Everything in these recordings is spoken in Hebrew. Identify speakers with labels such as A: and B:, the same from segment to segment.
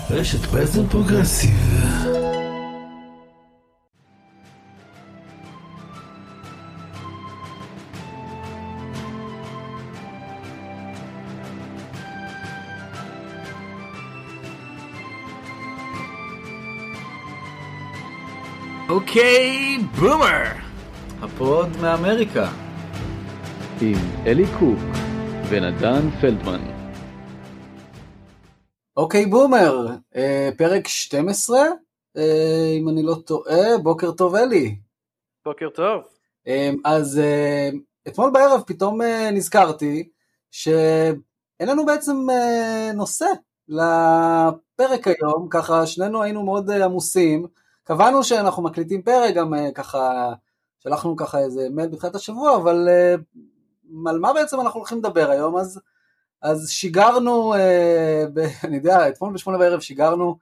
A: רשת פרסם פרוגרסיב.
B: אוקיי, בומר! הפוד מאמריקה.
C: עם אלי קוק ונדן פלדמן.
D: אוקיי בומר, פרק 12, אם אני לא טועה. בוקר טוב אלי.
E: בוקר טוב.
D: אז אתמול בערב פתאום נזכרתי שאין לנו בעצם נושא לפרק היום, ככה שנינו היינו מאוד עמוסים, קבענו שאנחנו מקליטים פרק, גם ככה שלחנו ככה איזה מייל בתחילת השבוע, אבל על מה בעצם אנחנו הולכים לדבר היום? אז שיגרנו, אני יודע, אתמול ב8 בערב שיגרנו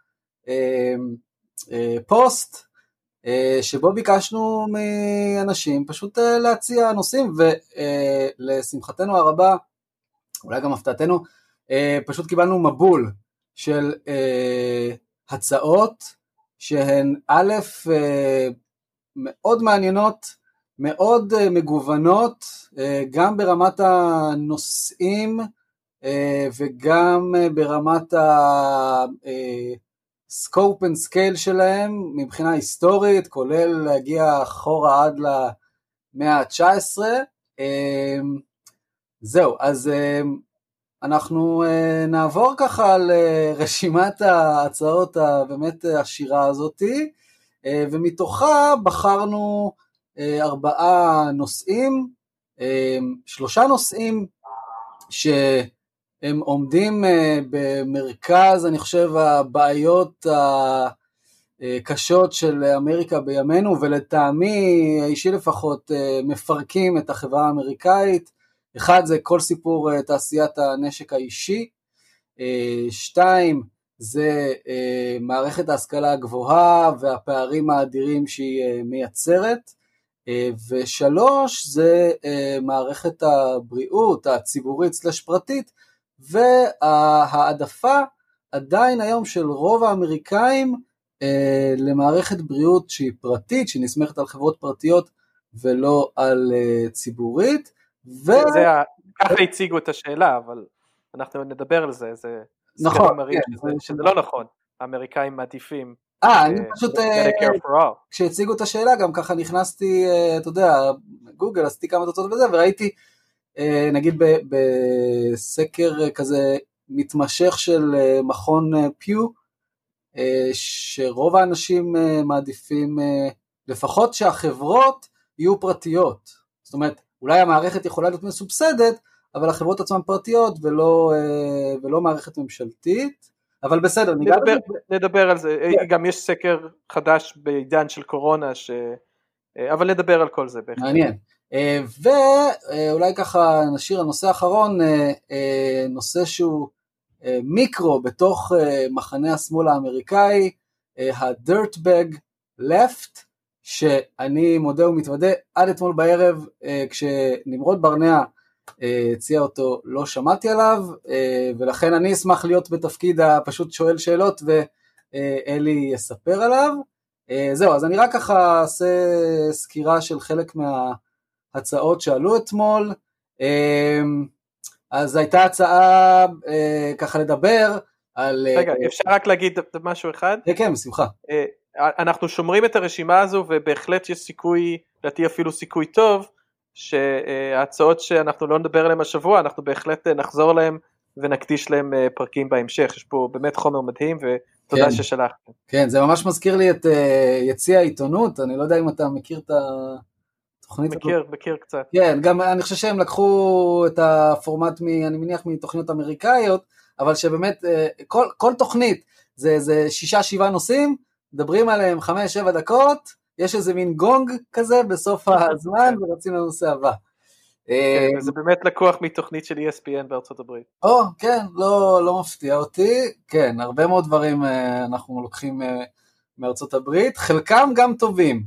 D: פוסט, שבו ביקשנו מאנשים פשוט להציע נושאים, ולשמחתנו הרבה, אולי גם הפתעתנו, פשוט קיבלנו מבול של הצעות, שהן א', מאוד מעניינות, מאוד מגוונות, גם ברמת הנושאים, וגם ברמת ה-scope and scale שלהם, מבחינה היסטורית, כולל להגיע אחורה עד למאה ה-19. זהו, אז אנחנו נעבור ככה לרשימת ההצעות הבאמת עשירה הזאתי, ומתוכה בחרנו 4 נושאים, 3 נושאים שהם עומדים במרכז, אני חושב, הבעיות הקשות של אמריקה בימינו, ולטעמי האישי לפחות מפרקים את החברה האמריקאית. אחד זה כל סיפור תעשיית הנשק האישי, 2 זה מערכת ההשכלה הגבוהה והפערים האדירים שהיא מייצרת, ו3 זה מערכת הבריאות הציבורית סלש פרטית, והעדפה עדיין היום של רוב האמריקאים למערכת בריאות שהיא פרטית, שהיא נסמכת על חברות פרטיות ולא על ציבורית.
E: ככה הציגו את השאלה, אבל אנחנו נדבר על זה. זה
D: נכון,
E: שזה לא נכון, האמריקאים מעדיפים.
D: אני פשוט, כשהציגו את השאלה, גם ככה נכנסתי, אתה יודע, גוגל, עשיתי כמה תוצאות וזה, וראיתי, נגיד בסקר כזה מתמשך של מכון פיו, שרוב האנשים מעדיפים, לפחות שהחברות יהיו פרטיות. זאת אומרת, אולי המערכת יכולה להיות מסובסדת, אבל החברות עצמן פרטיות ולא מערכת ממשלתית. אבל בסדר,
E: נדבר על זה. גם יש סקר חדש בעידן של קורונה, אבל נדבר על כל זה.
D: מעניין. ואולי ככה נשאיר הנושא האחרון, נושא שהוא מיקרו בתוך מחנה השמאל האמריקאי, ה-dirtbag left, שאני מודה ומתוודה, עד אתמול בערב, כשנמרוד ברנע הציע אותו, לא שמעתי עליו, ולכן אני אשמח להיות בתפקיד הפשוט שואל שאלות, ואלי יספר עליו. זהו, אז אני רק ככה אעשה סקירה של חלק מההצעות שעלו אתמול. אז הייתה הצעה ככה לדבר על...
E: רגע, אפשר רק להגיד משהו אחד?
D: כן, בשמחה.
E: אנחנו שומרים את הרשימה הזו, ובהחלט יש סיכוי, לדעתי אפילו סיכוי טוב, שההצעות שאנחנו לא נדבר עליהן השבוע, אנחנו בהחלט נחזור להם ונקדיש להם פרקים בהמשך. יש פה באמת חומר מדהים, ותודה ששלחתם.
D: כן, זה ממש מזכיר לי את יציע העיתונות, אני לא יודע אם אתה מכיר את התוכנית.
E: מכיר קצת.
D: כן, גם אני חושב שהם לקחו את הפורמט, אני מניח, מתוכניות אמריקאיות, אבל שבאמת כל תוכנית זה 6-7 נושאים, מדברים עליהם 5-7 דקות, יש איזה מין גונג כזה בסוף הזמן, ורצים לנושא הבא.
E: זה באמת לקוח מתוכנית של ESPN בארצות הברית.
D: כן, לא מפתיע אותי. כן, הרבה מאוד דברים אנחנו לוקחים מארצות הברית, חלקם גם טובים.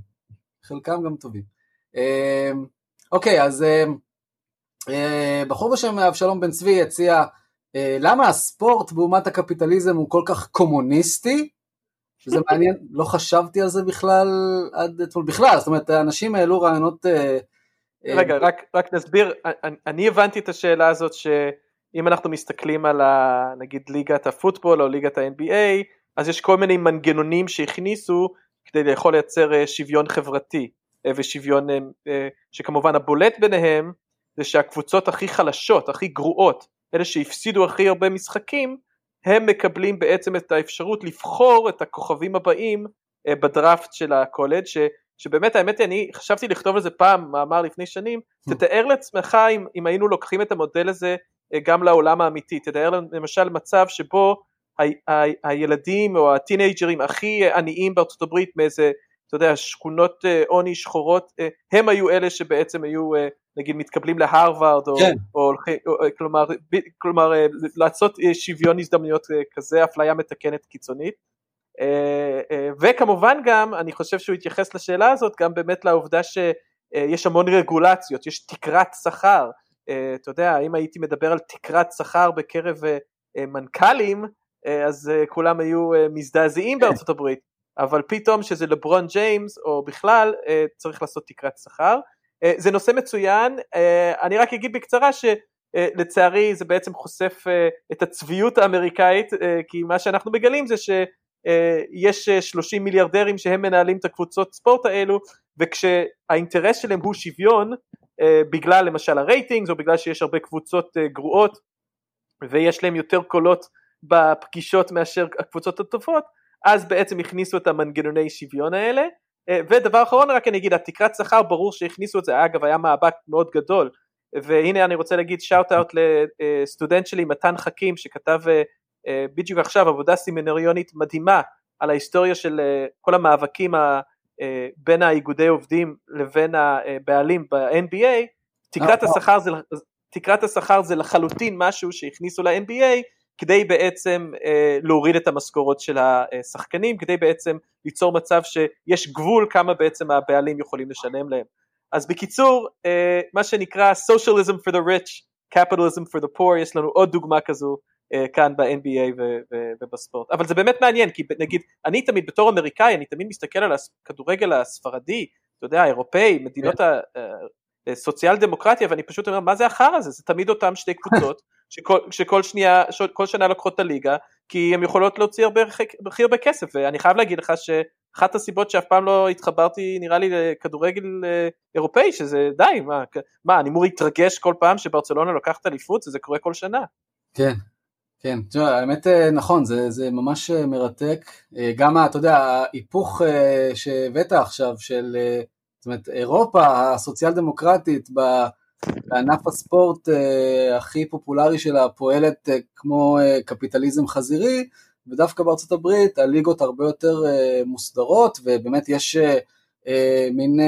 D: אוקיי, אז בחור בשם אבשלום בן צבי הציע למה הספורט באומת הקפיטליזם הוא כל כך קומוניסטי, שזה מעניין, לא חשבתי על זה בכלל עד אתמול, בכלל, זאת אומרת, האנשים העלו רעיונות...
E: רגע, רק נסביר, אני הבנתי את השאלה הזאת, שאם אנחנו מסתכלים על נגיד ליגת הפוטבול או ליגת ה-NBA, אז יש כל מיני מנגנונים שהכניסו, כדי יכול לייצר שוויון חברתי, ושוויון שכמובן הבולט ביניהם, זה שהקבוצות הכי חלשות, הכי גרועות, אלה שהפסידו הכי הרבה משחקים, הם מקבלים בעצם את האפשרות לבחור את הכוכבים הבאים בדראפט של הקולג', שבאמת האמת אני חשבתי לכתוב על זה פעם, מאמר לפני שנים, תתאר לעצמך אם היינו לוקחים את המודל הזה גם לעולם האמיתי, תתאר למשל מצב שבו הילדים או הטינג'רים הכי עניים בארצות הברית מאיזה, אתה יודע, שכונות עוני שחורות, הם היו אלה שבעצם היו נגיד מתקבלים להרווארד, או כלומר לעשות שוויון הזדמנויות כזה, אפליה מתקנת קיצונית, וכמובן גם אני חושב שהוא התייחס לשאלה הזאת גם באמת לעובדה שיש המון רגולציות, יש תקרת שכר, אתה יודע, אם הייתי מדבר על תקרת שכר בקרב מנכ"לים, אז כולם היו מזדעזעים בארצות הברית, אבל פתאום שזה לברון ג'יימס או בכלל צריך לעשות תקרת שכר. זה נושא מצוין, אני רק אגיד בקצרה שלצערי זה בעצם חושף את הצביעות האמריקאית, כי מה שאנחנו מגלים זה שיש 30 מיליארדרים שהם מנהלים את הקבוצות ספורט האלו, וכשהאינטרס שלהם הוא שוויון, בגלל למשל הרייטינגס, או בגלל שיש הרבה קבוצות גרועות, ויש להם יותר קולות בפגישות מאשר הקבוצות הטובות, אז בעצם הכניסו את המנגנוני שוויון האלה, ודבר אחרון רק אני אגיד, התקרת שכר ברור שהכניסו את זה, אגב היה מאבק מאוד גדול, והנה אני רוצה להגיד שאוט אאוט לסטודנט שלי מתן חכים, שכתב בדיוק עכשיו עבודה סמינריונית מדהימה, על ההיסטוריה של כל המאבקים בין האיגודי עובדים לבין הבעלים ב-NBA, תקרת השכר זה לחלוטין משהו שהכניסו ל-NBA, כדי בעצם להוריד את המשכורות של השחקנים, כדי בעצם ליצור מצב שיש גבול כמה בעצם הבעלים יכולים לשלם להם. אז בקיצור, מה שנקרא socialism for the rich, capitalism for the poor, יש לנו עוד דוגמה כזו כאן ב-NBA ובספורט. אבל זה באמת מעניין, כי נגיד, אני תמיד בתור אמריקאי, אני תמיד מסתכל על הכדורגל הספרדי, אתה יודע, האירופאי, מדינות הסוציאל דמוקרטיה, ואני פשוט אומר, מה זה אחר הזה? זה תמיד אותם שתי קבוצות, שכל שנה לוקחות את הליגה, כי הן יכולות להוציא הכי הרבה כסף, ואני חייב להגיד לך שאחת הסיבות שאף פעם לא התחברתי, נראה לי לכדורגל אירופאי, שזה די, מה, אני אמור להתרגש כל פעם שברצלונה לוקחת אליפות, זה קורה כל שנה.
D: כן, כן, האמת נכון, זה ממש מרתק, גם אתה יודע, ההיפוך שהבאת עכשיו של, זאת אומרת, אירופה הסוציאל דמוקרטית בענף הספורט הכי פופולרי שלה פועלת כמו קפיטליזם חזירי, ודווקא בארצות הברית הליגות הרבה יותר מוסדרות, ובאמת יש מין,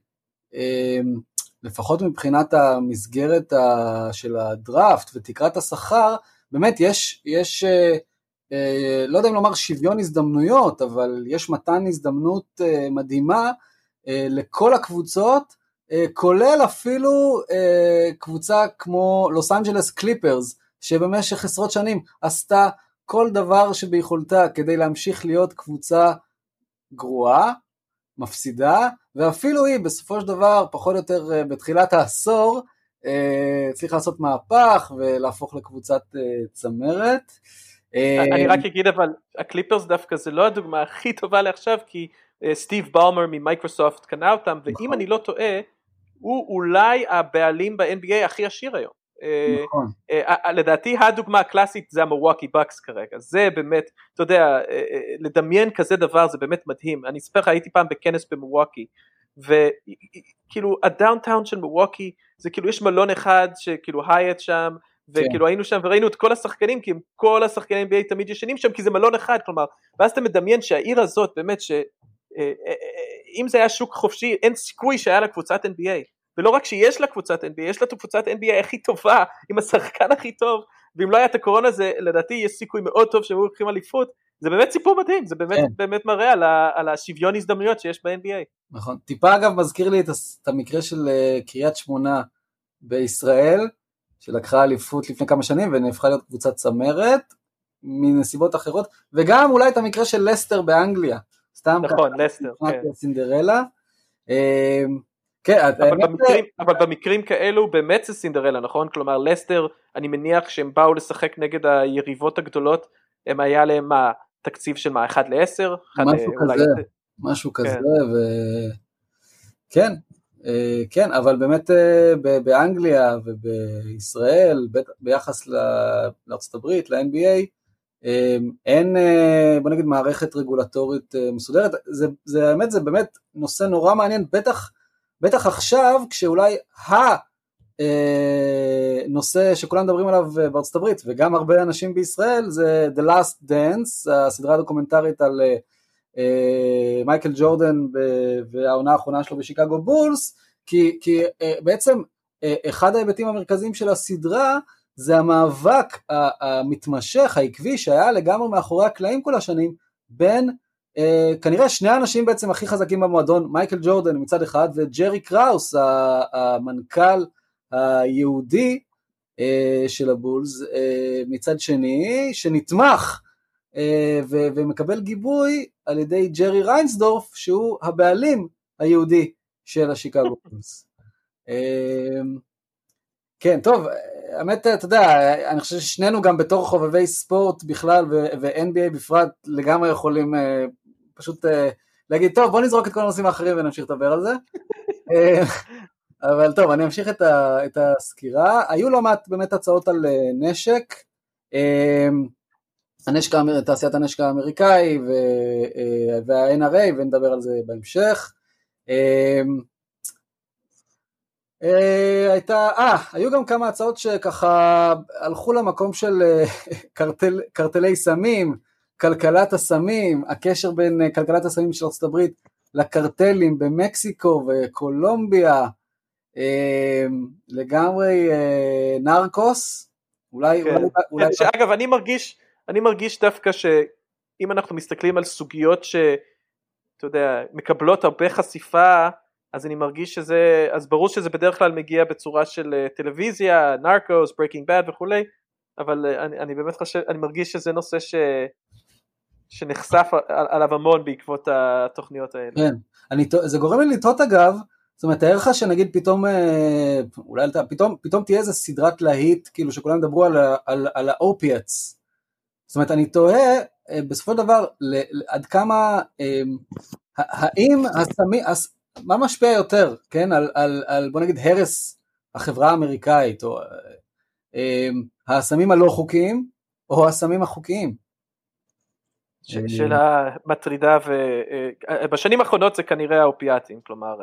D: לפחות מבחינת המסגרת של הדראפט ותקרת השכר, באמת יש לא יודע אם לומר שוויון הזדמנויות, אבל יש מתן הזדמנות מדהימה לכל הקבוצות, כולל אפילו קבוצה כמו לוס אנג'לס קליפרס, שבמשך עשרות שנים עשתה כל דבר שביכולתה כדי להמשיך להיות קבוצה גרועה, מפסידה, ואפילו היא בסופו של דבר, פחות או יותר בתחילת העשור, צריך לעשות מהפך ולהפוך לקבוצת צמרת.
E: אני רק אגיד, אבל הקליפרס דווקא זה לא הדוגמה הכי טובה לעכשיו, כי סטיב באומר ממייקרוסופט קנה אותם, ואם אני לא טועה, הוא אולי הבעלים ב-NBA הכי עשיר היום. נכון. לדעתי הדוגמה הקלאסית זה המילווקי בקס כרגע, זה באמת, אתה יודע, לדמיין כזה דבר זה באמת מדהים. אני אספר לך, הייתי פעם בכנס במילווקי, וכאילו הדאונטאון של מילווקי, זה כאילו יש מלון אחד שכאילו הייט שם, וכאילו היינו שם וראינו את כל השחקנים, כי כל השחקנים NBA תמיד ישנים שם, כי זה מלון אחד, כלומר, ואז אתה מדמיין שהעיר הזאת באמת אם זה היה שוק חופשי, אין סיכוי שהיה לה קבוצת NBA, ולא רק שיש לה קבוצת NBA, יש לה קבוצת NBA הכי טובה, עם השחקן הכי טוב, ואם לא היה את הקורונה זה, לדעתי יש סיכוי מאוד טוב שהם הולכים אליפות, זה באמת סיפור מדהים, זה באמת, באמת מראה על השוויון הזדמנויות שיש ב-NBA.
D: נכון, טיפה אגב מזכיר לי את המקרה של קריית שמונה בישראל, שלקחה אליפות לפני כמה שנים, ונהפכה להיות קבוצת צמרת, מנסיבות אחרות, וגם אולי את המקרה של לסטר באנגליה, סתם
E: נכון, לסטר, כן.
D: סינדרלה,
E: כן, אבל במקרים כאלו באמת זה סינדרלה, נכון? כלומר, לסטר, אני מניח שהם באו לשחק נגד היריבות הגדולות, הם היה להם מה, תקציב של מה, 1-10?
D: משהו כזה, כן, כן, אבל באמת באנגליה ובישראל, ביחס לארצות הברית, ל-NBA, אין, בוא נגיד, מערכת רגולטורית מסודרת, האמת זה באמת נושא נורא מעניין, בטח עכשיו, כשאולי הנושא שכולם מדברים עליו בארצות הברית, וגם הרבה אנשים בישראל, זה The Last Dance, הסדרה הדוקומנטרית על מייקל ג'ורדן והעונה האחרונה שלו בשיקגו בולס, כי בעצם אחד ההיבטים המרכזיים של הסדרה, זה המאבק המתמשך, העקבי, שהיה לגמרי מאחורי הקלעים כל השנים, בין כנראה שני האנשים בעצם הכי חזקים במועדון, מייקל ג'ורדן מצד אחד, וג'רי קראוס, המנכ"ל היהודי של הבולס, מצד שני, שנתמך ומקבל גיבוי על ידי ג'רי ריינסדורף, שהוא הבעלים היהודי של השיקגו בולס. כן, טוב, האמת, אתה יודע, אני חושב ששנינו גם בתור חובבי ספורט בכלל ו-NBA בפרט לגמרי יכולים פשוט להגיד, טוב, בוא נזרוק את כל הנושאים האחרים ונמשיך לדבר על זה. אבל טוב, אני אמשיך את הסקירה. היו לא מעט באמת הצעות על נשק, תעשיית הנשק האמריקאי וה-NRA, ונדבר על זה בהמשך. היו גם כמה הצעות שככה הלכו למקום של קרטלי סמים, כלכלת הסמים, הקשר בין כלכלת הסמים של ארצות הברית לקרטלים במקסיקו וקולומביה, לגמרי נרקוס, אולי...
E: אגב, אני מרגיש דווקא שאם אנחנו מסתכלים על סוגיות שאתה יודע, מקבלות הרבה חשיפה, אז אני מרגיש שזה, אז ברור שזה בדרך כלל מגיע בצורה של טלוויזיה, נרקוס, ברייקינג בד וכולי, אבל אני באמת חושב, אני מרגיש שזה נושא שנחשף עליו המון בעקבות התוכניות האלה.
D: כן, זה גורם לי לטעות אגב, זאת אומרת, תאר לך שנגיד פתאום, אולי פתאום תהיה איזה סדרת להיט, כאילו שכולם דברו על האופיאטס, זאת אומרת, אני תוהה, בסופו של דבר, עד כמה, האם הסמים, מה משפיע יותר, כן, על בוא נגיד הרס החברה האמריקאית, או הסמים הלא חוקיים, או הסמים החוקיים?
E: שאלה מטרידה, בשנים האחרונות זה כנראה האופיאטים, כלומר,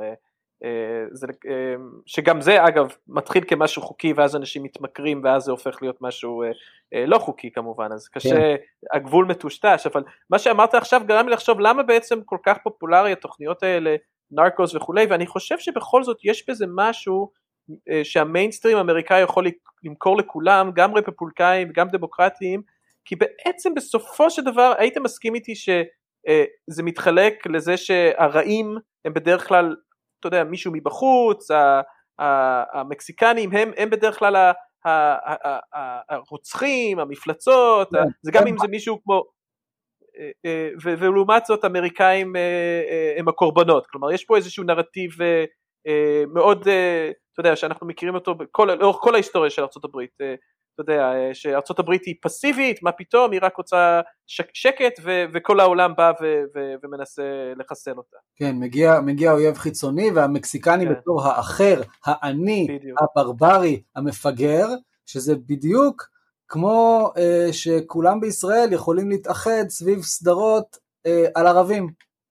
E: שגם זה אגב מתחיל כמשהו חוקי, ואז אנשים מתמכרים, ואז זה הופך להיות משהו לא חוקי כמובן, אז קשה, הגבול מטושטש, אבל מה שאמרת עכשיו גרם לי לחשוב, למה בעצם כל כך פופולרי התוכניות האלה, נרקוס וכולי, ואני חושב שבכל זאת יש בזה משהו שהמיינסטרים האמריקאי יכול למכור לכולם, גם רפובליקאים וגם דמוקרטיים, כי בעצם בסופו של דבר היית מסכים איתי שזה מתחלק לזה שהרעים הם בדרך כלל, אתה יודע, מישהו מבחוץ, המקסיקנים הם בדרך כלל הרוצחים, המפלצות, זה גם אם זה מישהו כמו, ולעומת זאת אמריקאים הם הקורבנות, כלומר יש פה איזשהו נרטיב מאוד, אתה יודע, שאנחנו מכירים אותו לאורך כל ההיסטוריה של ארצות הברית, אתה יודע, שארצות הברית היא פסיבית, מה פתאום, היא רק רוצה שקט, וכל העולם בא ומנסה לחסל אותה.
D: כן, מגיע אויב חיצוני, והמקסיקני בתור האחר, העני, הברברי, המפגר, שזה בדיוק כמו שכולם בישראל יכולים להתאחד סביב סדרות על ערבים.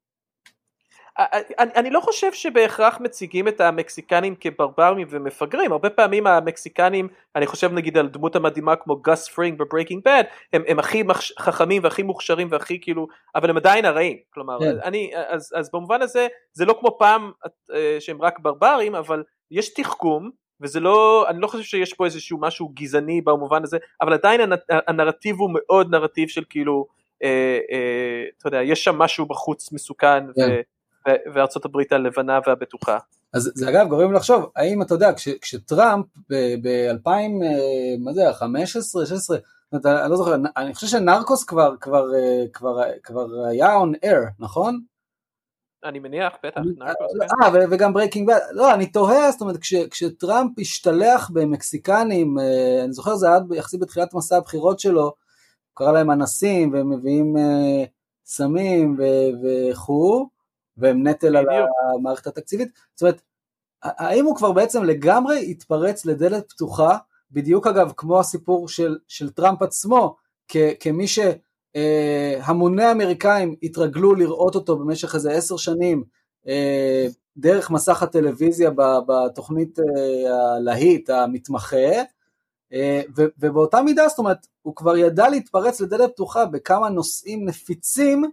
E: אני לא חושב שבהכרח מציגים את המקסיקנים כברברים ומפגרים, הרבה פעמים המקסיקנים, אני חושב נגיד על דמות המדהימה כמו גוס פרינג בברייקינג בד, הם הכי חכמים והכי מוכשרים והכי כאילו, אבל הם עדיין הרעים, כלומר, אז במובן הזה, זה לא כמו פעם שהם רק ברברים, אבל יש תחכום, וזה לא, אני לא חושב שיש פה איזשהו משהו גזעני במובן הזה, אבל עדיין הנרטיב הוא מאוד נרטיב של כאילו, אתה יודע, יש שם משהו בחוץ מסוכן, וארצות הברית הלבנה והבטוחה.
D: אז זה אגב גורם לחשוב, האם אתה יודע, כשטראמפ ב-2015, 16, אני לא זוכר, אני חושב שנרקוס כבר היה on air, נכון?
E: אני מניח, בטח, נרקוס.
D: וגם ברייקינג בד, לא, אני תוהה, זאת אומרת, כשטראמפ השתלח במקסיקנים, אני זוכר זה היה יחסית בתחילת מסע הבחירות שלו, קרא להם אנסים, והם מביאים סמים וכו', והם נטל על המערכת התקציבית, זאת אומרת, האם הוא כבר בעצם לגמרי התפרץ לדלת פתוחה, בדיוק אגב כמו הסיפור של טראמפ עצמו, כמי שהמוני אמריקאים התרגלו לראות אותו במשך איזה 10 שנים, דרך מסך הטלוויזיה בתוכנית הלהיט המתמחה, ובאותה מידה, זאת אומרת, הוא כבר ידע להתפרץ לדלת פתוחה בכמה נושאים נפיצים,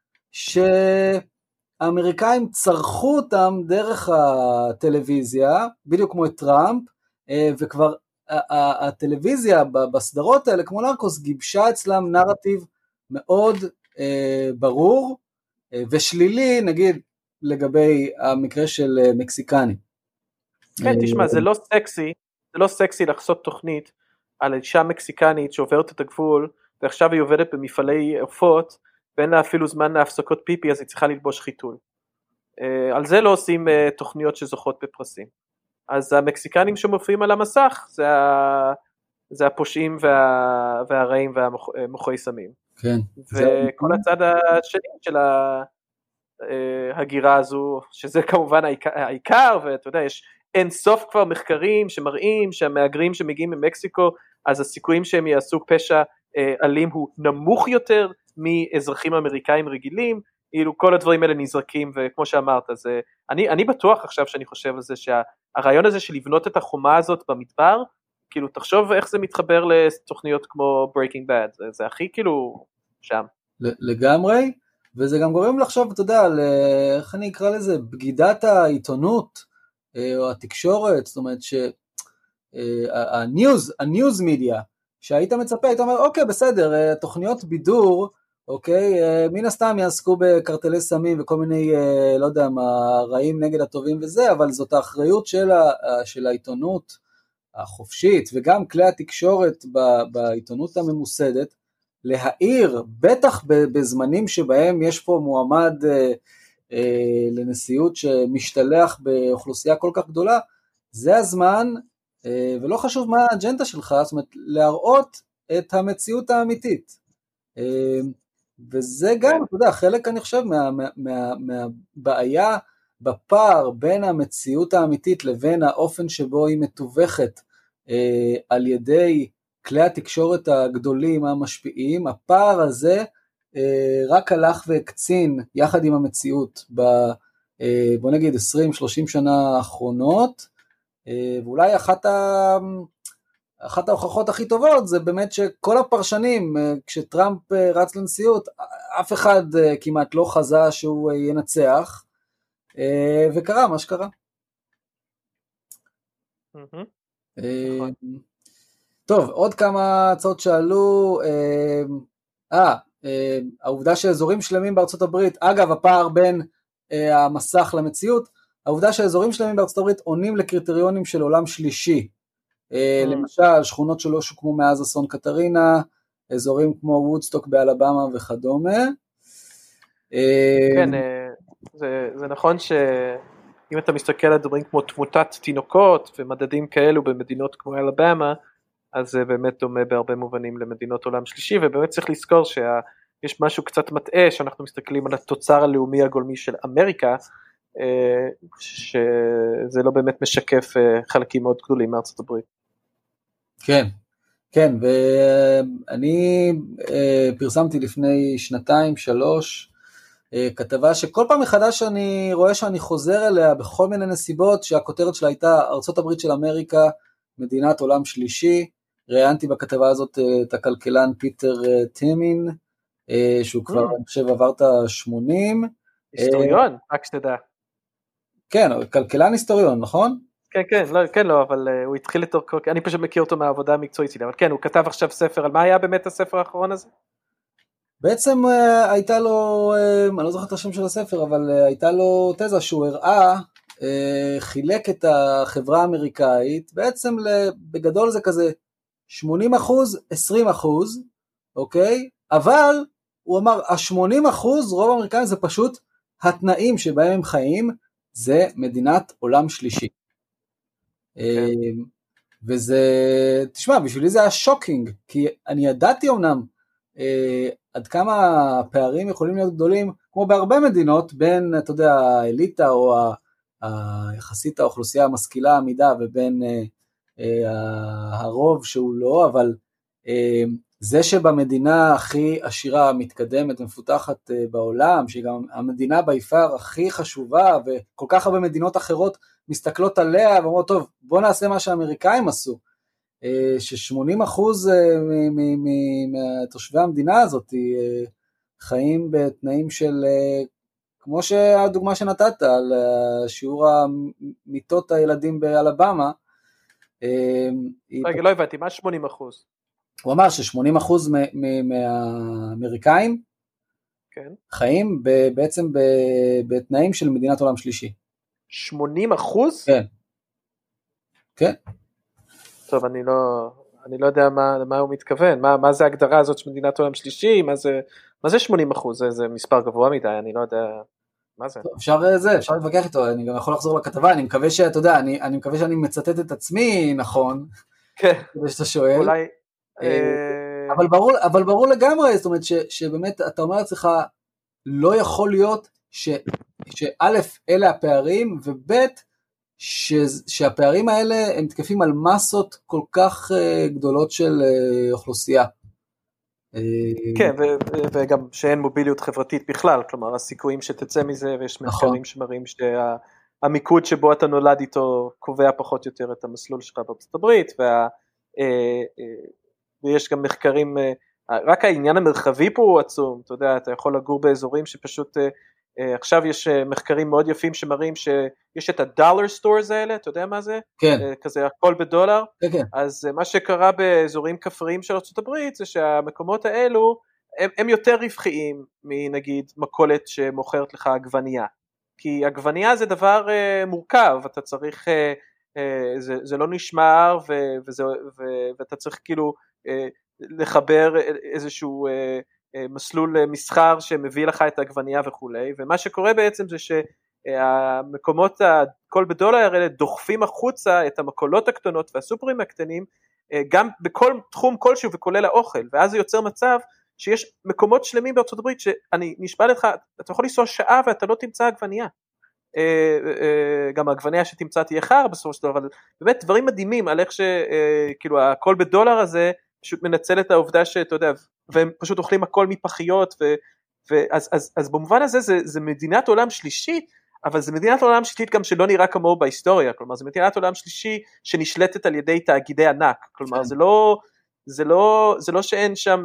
D: האמריקאים צרכו אותם דרך הטלוויזיה, בדיוק כמו את טראמפ, וכבר הטלוויזיה בסדרות האלה, כמו נרקוס, גיבשה אצלם נרטיב מאוד ברור, ושלילי, נגיד, לגבי המקרה של מקסיקני.
E: כן, תשמע, זה לא סקסי לחסות תוכנית על אישה מקסיקנית שעוברת את הגבול, ועכשיו היא עובדת במפעלי עופות, ואין לה אפילו זמן להפסקות פיפי, אז היא צריכה ללבוש חיתול. על זה לא עושים תוכניות שזוכות בפרסים. אז המקסיקנים שמופיעים על המסך, זה הפושעים והרעים והמוחי סמים.
D: כן.
E: וכל הצד השני של ההגירה הזו, שזה כמובן העיקר, ואתה יודע, יש אין סוף כבר מחקרים שמראים שהמהגרים שמגיעים ממקסיקו, אז הסיכויים שהם יעשו פשע אלים הוא נמוך יותר, מאזרחים אמריקאים רגילים, אילו כל הדברים האלה נזרקים, וכמו שאמרת, אני בטוח עכשיו שאני חושב על זה, שהרעיון הזה של לבנות את החומה הזאת במדבר, כאילו תחשוב איך זה מתחבר לתוכניות כמו Breaking Bad, זה הכי כאילו שם.
D: לגמרי, וזה גם גורם לחשוב, אתה יודע, איך אני אקרא לזה, בגידת העיתונות, או התקשורת, זאת אומרת הניוז מדיה, שהיית מצפה, היית אומר, אוקיי, בסדר, תוכניות בידור, אוקיי, מן הסתם יעסקו בקרטלי סמים וכל מיני, לא יודע מה, רעים נגד הטובים וזה, אבל זאת האחריות של העיתונות החופשית, וגם כלי התקשורת בעיתונות הממוסדת, להעיר, בטח בזמנים שבהם יש פה מועמד לנשיאות שמשתלח באוכלוסייה כל כך גדולה, זה הזמן, ולא חשוב מה האג'נדה שלך, זאת אומרת, להראות את המציאות האמיתית. וזה גם, אתה יודע, חלק אני חושב מהבעיה בפער בין המציאות האמיתית לבין האופן שבו היא מתווכת על ידי כלי התקשורת הגדולים המשפיעים, הפער הזה רק הלך והקצין יחד עם המציאות בוא נגיד 20-30 שנה האחרונות, ואולי אחת ההוכחות הכי טובות זה באמת שכל הפרשנים, כשטראמפ רץ לנשיאות, אף אחד כמעט לא חזה שהוא ינצח, וקרה מה שקרה. טוב, עוד כמה הצעות שעלו, העובדה שאזורים שלמים בארצות הברית, אגב הפער בין המסך למציאות, העובדה שאזורים שלמים בארצות הברית עונים לקריטריונים של עולם שלישי, למשל שכונות שלא שוקמו מאז אסון קטרינה, אזורים כמו וודסטוק באלבמה וכדומה.
E: כן, זה נכון שאם אתה מסתכל על דברים כמו תמותת תינוקות ומדדים כאלו במדינות כמו אלבמה, אז זה באמת דומה בהרבה מובנים למדינות עולם שלישי, ובאמת צריך לזכור שיש משהו קצת מטעה, שאנחנו מסתכלים על התוצר הלאומי הגולמי של אמריקה, שזה לא באמת משקף חלקים מאוד גדולים מארצות הברית.
D: כן, כן, ואני פרסמתי לפני 2-3 כתבה שכל פעם מחדש אני רואה שאני חוזר אליה בכל מיני נסיבות, שהכותרת שלה הייתה ארצות הברית של אמריקה, מדינת עולם שלישי. ראיינתי בכתבה הזאת את הכלכלן פיטר טימין, שהוא כבר אני חושב עבר את ה-80.
E: היסטוריון, רק שתדע.
D: כן, כלכלן היסטוריון, נכון?
E: כן, לא, אבל הוא התחיל לתור, אני פשוט מכיר אותו מהעבודה המקצועית שלי, אבל כן, הוא כתב עכשיו ספר, על מה היה באמת הספר האחרון הזה?
D: בעצם הייתה לו, אני לא זוכר את השם של הספר, אבל הייתה לו תזה שהוא הראה חילק את החברה האמריקאית, בעצם בגדול זה כזה 80%, 20%, אוקיי? אבל הוא אמר, ה-80% רוב האמריקאים זה פשוט התנאים שבהם הם חיים, זה מדינת עולם שלישי. וזה, תשמע, בשבילי זה היה שוקינג, כי אני ידעתי אומנם עד כמה הפערים יכולים להיות גדולים, כמו בהרבה מדינות, בין, אתה יודע, האליטה או יחסית האוכלוסייה המשכילה העמידה, ובין הרוב שהוא לא, אבל זה שבמדינה הכי עשירה, מתקדמת ומפותחת בעולם, שהיא גם המדינה ביפר הכי חשובה, וכל כך הרבה מדינות אחרות מסתכלות עליה, ואומרות, טוב, בוא נעשה מה שהאמריקאים עשו, ש80% מתושבי המדינה הזאת חיים בתנאים של, כמו שהדוגמה שנתת, על שיעור מיטות הילדים באלבמה.
E: רגע, לא הבנתי, מה 80%?
D: הוא אמר ש80% מהאמריקאים חיים בעצם בתנאים של מדינת עולם שלישי.
E: 80%?
D: כן. כן.
E: טוב, אני לא יודע מה הוא מתכוון, מה זה ההגדרה הזאת של מדינת עולם שלישי, מה זה 80%? זה מספר גבוה מדי, אני לא יודע מה זה.
D: אפשר להתווכח איתו, אני גם יכול לחזור לכתבה, אני מקווה שאתה יודע, אני מקווה שאני מצטט את עצמי נכון,
E: כן.
D: כדי שאתה שואל.
E: אולי...
D: אבל ברור לגמרי, זאת אומרת שבאמת אתה אומר לעצמך, לא יכול להיות שא' אלה הפערים, וב' שהפערים האלה הם תקפים על מסות כל כך גדולות של אוכלוסייה.
E: כן, וגם שאין מוביליות חברתית בכלל, כלומר הסיכויים שתצא מזה, ויש מחקרים שמראים שהמיקוד שבו אתה נולד איתו קובע פחות יותר את המסלול שלך בארצות הברית, ויש גם מחקרים, רק העניין המרחבי פה הוא עצום, אתה יודע, אתה יכול לגור באזורים שפשוט, עכשיו יש מחקרים מאוד יפים שמראים שיש את הדולר סטורס האלה, אתה יודע מה זה?
D: כן.
E: כזה הכל בדולר,
D: כן.
E: אז מה שקרה באזורים כפריים של ארצות הברית, זה שהמקומות האלו, הם יותר רווחיים מנגיד מכולת שמוכרת לך עגבנייה, כי עגבנייה זה דבר מורכב, אתה צריך, זה לא נשמר, ואתה צריך כאילו לחבר איזשהו מסלול מסחר שמביא לך את העגבנייה וכולי, ומה שקורה בעצם זה שהמקומות הכל בדולר האלה דוחפים החוצה את המכולות הקטנות והסופרים הקטנים, גם בכל תחום כלשהו וכולל האוכל, ואז זה יוצר מצב שיש מקומות שלמים בארצות הברית שאני נשבע לך, אתה יכול לנסוע שעה ואתה לא תמצא עגבנייה, גם העגבנייה שתמצא תהיה חר בסופו של דבר, אבל באמת דברים מדהימים על איך שכאילו הכל בדולר הזה פשוט מנצל את העובדה שאתה יודע, והם פשוט אוכלים הכל מפחיות, אז במובן הזה זה מדינת עולם שלישית, אבל זה מדינת עולם שלישית גם שלא נראה כמוהו בהיסטוריה, כלומר זה מדינת עולם שלישי שנשלטת על ידי תאגידי ענק, כלומר זה לא שאין שם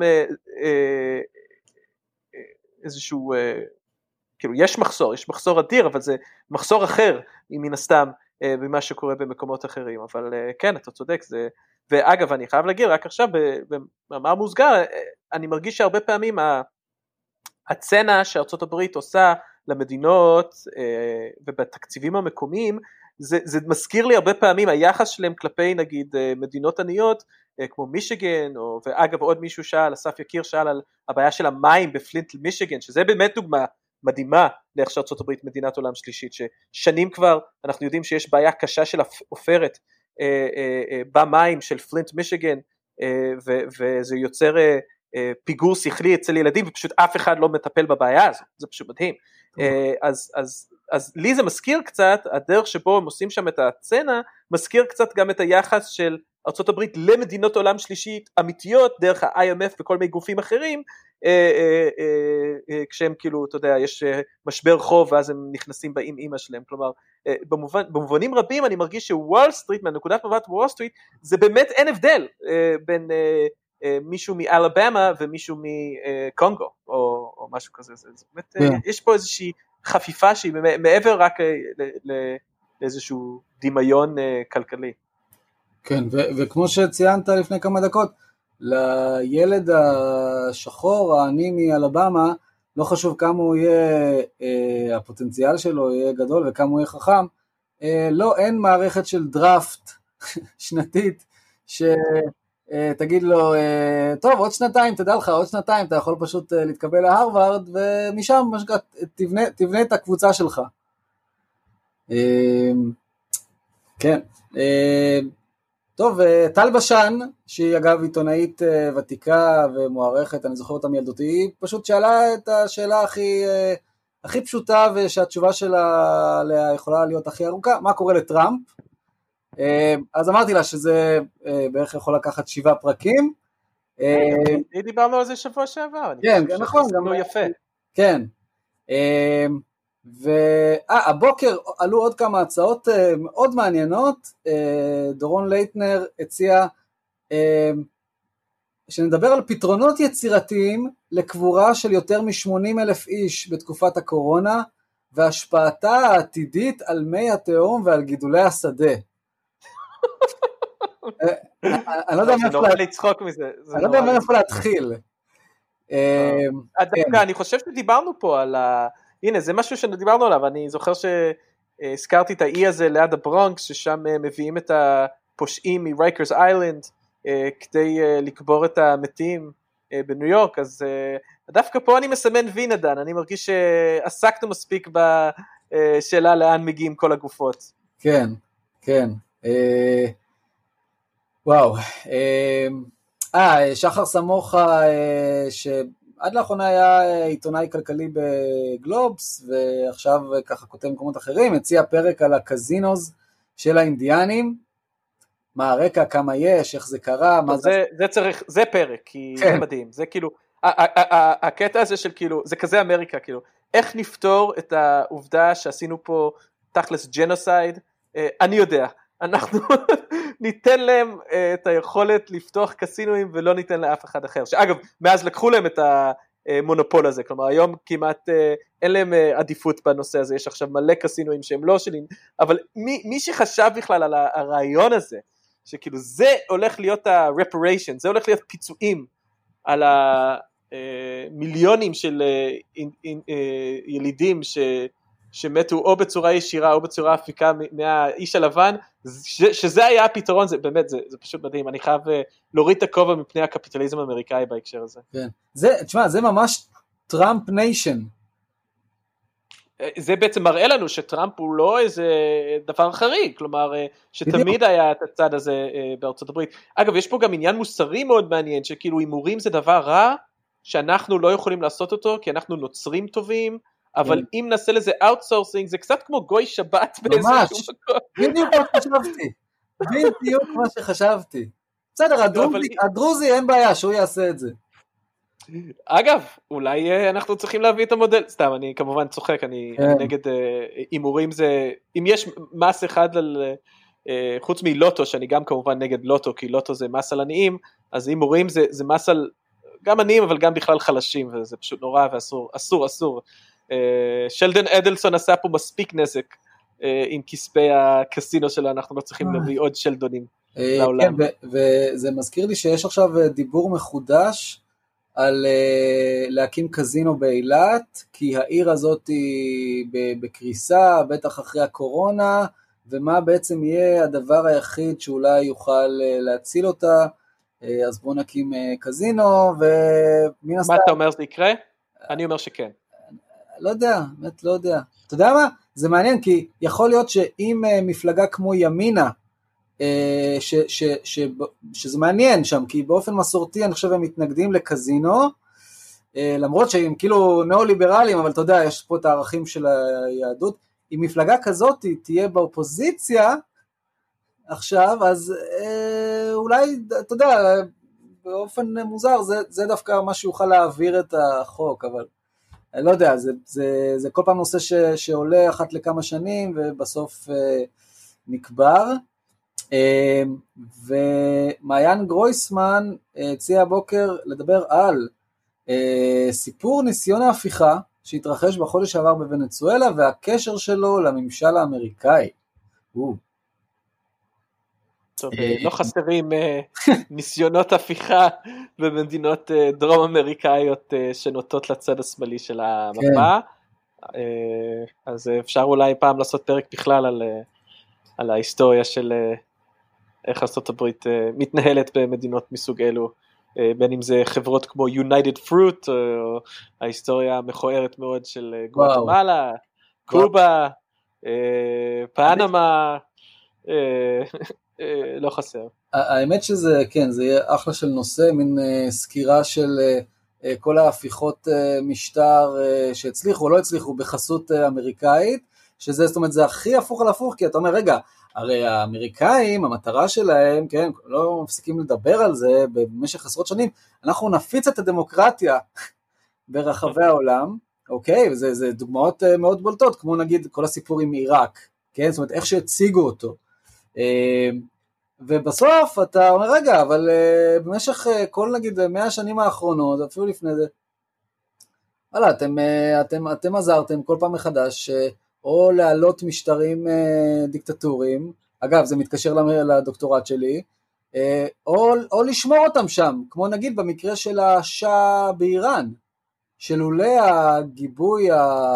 E: איזשהו, כאילו יש מחסור אדיר, אבל זה מחסור אחר מן הסתם במה שקורה במקומות אחרים, אבל כן, אתה צודק, ואגב אני חייב להגיד רק עכשיו במאמר מוסגר, אני מרגיש שהרבה פעמים הצנה שארצות הברית עושה למדינות ובתקציבים המקומיים, זה מזכיר לי הרבה פעמים היחס שלהם כלפי נגיד מדינות עניות כמו מישיגן, ואגב עוד מישהו שאל, אסף יקיר שאל על הבעיה של המים בפלינט מישיגן, שזה באמת דוגמה מדהימה לאיך שארצות הברית מדינת עולם שלישית, ששנים כבר אנחנו יודעים שיש בעיה קשה של עופרת במים של פלינט מישיגן, וזה יוצר פיגור שכלי אצל ילדים, ופשוט אף אחד לא מטפל בבעיה הזו, זה פשוט מדהים. אז לי זה מזכיר קצת, הדרך שבו הם עושים שם את הצנה, מזכיר קצת גם את היחס של ארצות הברית למדינות עולם שלישית אמיתיות, דרך ה-IMF וכל מיני גופים אחרים, כשהם כאילו, אתה יודע, יש משבר חוב, ואז הם נכנסים באים אמא שלהם, כלומר, במובנים רבים אני מרגיש שוול סטריט, מהנקודת מבט וול סטריט, זה באמת אין הבדל בין מישהו מאלבמה ומישהו מקונגו, או משהו כזה, זה באמת, יש פה איזושהי חפיפה שהיא מעבר רק לאיזשהו דמיון כלכלי.
D: כן, וכמו שציינת לפני כמה דקות, לילד השחור, העני מאלבמה, לא חשוב כמה הוא יהיה, הפוטנציאל שלו יהיה גדול וכמה הוא יהיה חכם, לא, אין מערכת של דראפט שנתית, שתגיד לו, טוב, עוד שנתיים, תדע לך, עוד שנתיים, אתה יכול פשוט להתקבל להרווארד, ומשם תבנה את הקבוצה שלך. כן. טוב, טל בשן, שהיא אגב עיתונאית ותיקה ומוערכת, אני זוכר אותה מילדותי, היא פשוט שאלה את השאלה הכי פשוטה, ושהתשובה שלה יכולה להיות הכי ארוכה, מה קורה לטראמפ? אז אמרתי לה שזה בערך יכול לקחת 7 פרקים.
E: דיברנו על זה שבוע שעבר.
D: כן, נכון.
E: גם יפה.
D: כן. הבוקר עלו עוד כמה הצעות מאוד מעניינות. דורון לייטנר הציע שנדבר על פתרונות יצירתיים לקבורה של יותר מ-80,000 איש בתקופת הקורונה, והשפעתה העתידית על מי התהום ועל גידולי השדה. אני לא יודע מאיפה להתחיל.
E: אני חושב שדיברנו פה על הנה, זה משהו שדיברנו עליו, אני זוכר שהזכרתי את האי הזה ליד הברונקס, ששם מביאים את הפושעים מרייקרס איילנד, כדי לקבור את המתים בניו יורק, אז דווקא פה אני מסמן וי נדן, אני מרגיש שעסקנו מספיק בשאלה לאן מגיעים כל הגופות.
D: כן, כן. וואו. שחר סמוכה, שעד לאחרונה היה עיתונאי כלכלי בגלובס, ועכשיו ככה כותב מקומות אחרים, הציע פרק על הקזינוז של האינדיאנים, מה הרקע, כמה יש, איך זה קרה, מה
E: זה פרק, כי זה מדהים, זה כאילו, הקטע הזה של כאילו, זה כזה אמריקה, כאילו, איך נפתור את העובדה שעשינו פה תכלס ג'נוסייד, אני יודע, אנחנו ניתן להם את היכולת לפתוח קסינואים ולא ניתן לאף אחד אחר, שאגב, מאז לקחו להם את המונופול הזה, כלומר היום כמעט אין להם עדיפות בנושא הזה, יש עכשיו מלא קסינואים שהם לא שלי, אבל מי שחשב בכלל על הרעיון הזה, שכאילו זה הולך להיות ה-reparation, זה הולך להיות פיצויים על המיליונים של ילידים שמתו או בצורה ישירה או בצורה אפיקה מהאיש הלבן, שזה היה הפתרון, זה באמת, זה פשוט מדהים, אני חייב להוריד את הכובע מפני הקפיטליזם האמריקאי בהקשר הזה.
D: כן, תשמע, זה ממש טראמפ ניישן.
E: זה בעצם מראה לנו שטראמפ הוא לא איזה דבר חריג, כלומר שתמיד היה את הצד הזה בארצות הברית. אגב, יש פה גם עניין מוסרי מאוד מעניין, שכאילו הימורים זה דבר רע, שאנחנו לא יכולים לעשות אותו, כי אנחנו נוצרים טובים, אבל אם נעשה לזה אאוטסורסינג, זה קצת כמו גוי שבת
D: באיזשהו מקום. בדיוק מה שחשבתי. בסדר, הדרוזי אין בעיה שהוא יעשה את זה.
E: אגב, אולי אנחנו צריכים להביא את המודל, סתם, אני כמובן צוחק, אני נגד הימורים, זה, אם יש מס אחד על, חוץ מלוטו, שאני גם כמובן נגד לוטו, כי לוטו זה מס על עניים, אז הימורים זה מס על, גם עניים, אבל גם בכלל חלשים, וזה פשוט נורא ואסור, אסור. שלדן אדלסון עשה פה מספיק נזק, עם כספי הקסינו שלו, אנחנו לא צריכים להביא עוד שלדונים לעולם.
D: וזה מזכיר לי שיש עכשיו דיבור מחודש, על להקים קזינו באילת, כי העיר הזאת היא בקריסה, בטח אחרי הקורונה, ומה בעצם יהיה הדבר היחיד שאולי יוכל להציל אותה, אז בואו נקים קזינו, ומן הסתם...
E: מה אתה אומר זה יקרה? אני אומר שכן.
D: לא יודע, באמת לא יודע. אתה יודע מה? זה מעניין, כי יכול להיות שאם מפלגה כמו ימינה, שזה מעניין שם, כי באופן מסורתי אני חושב הם מתנגדים לקזינו, למרות שהם כאילו נאו-ליברליים, אבל אתה יודע, יש פה את הערכים של היהדות, אם מפלגה כזאת תהיה באופוזיציה עכשיו, אז אולי, אתה יודע, באופן מוזר, זה דווקא מה שיוכל להעביר את החוק, אבל אני לא יודע, זה כל פעם נושא שעולה אחת לכמה שנים, ובסוף נקבר. ומעיין גרויסמן הציע הבוקר לדבר על סיפור ניסיון ההפיכה שהתרחש בחודש שעבר בוונצואלה והקשר שלו לממשל האמריקאי.
E: טוב, לא חסרים ניסיונות הפיכה במדינות דרום אמריקאיות שנוטות לצד השמאלי של המפה, אז אפשר אולי פעם לעשות פרק בכלל על על ההיסטוריה של איך ארצות הברית מתנהלת במדינות מסוג אלו, בין אם זה חברות כמו United Fruit, או ההיסטוריה המכוערת מאוד של גואטמלה, קובה, פנמה, לא חסר.
D: האמת שזה, כן, זה יהיה אחלה של נושא, מין סקירה של כל ההפיכות משטר שהצליחו או לא הצליחו בחסות אמריקאית, שזה, זאת אומרת, זה הכי הפוך על הפוך, כי אתה אומר, רגע, הרי האמריקאים, המטרה שלהם, כן, לא מפסיקים לדבר על זה במשך עשרות שנים, אנחנו נפיץ את הדמוקרטיה ברחבי העולם, אוקיי, וזה דוגמאות מאוד בולטות, כמו נגיד כל הסיפור עם עיראק, כן, זאת אומרת, איך שהציגו אותו, ובסוף אתה אומר, רגע, אבל במשך כל נגיד 100 השנים האחרונות, אפילו לפני זה, וואלה, אתם עזרתם כל פעם מחדש, או להעלות משטרים דיקטטוריים, אגב, זה מתקשר לדוקטורט שלי, או לשמור אותם שם, כמו נגיד במקרה של השאה באיראן, שלולא הגיבוי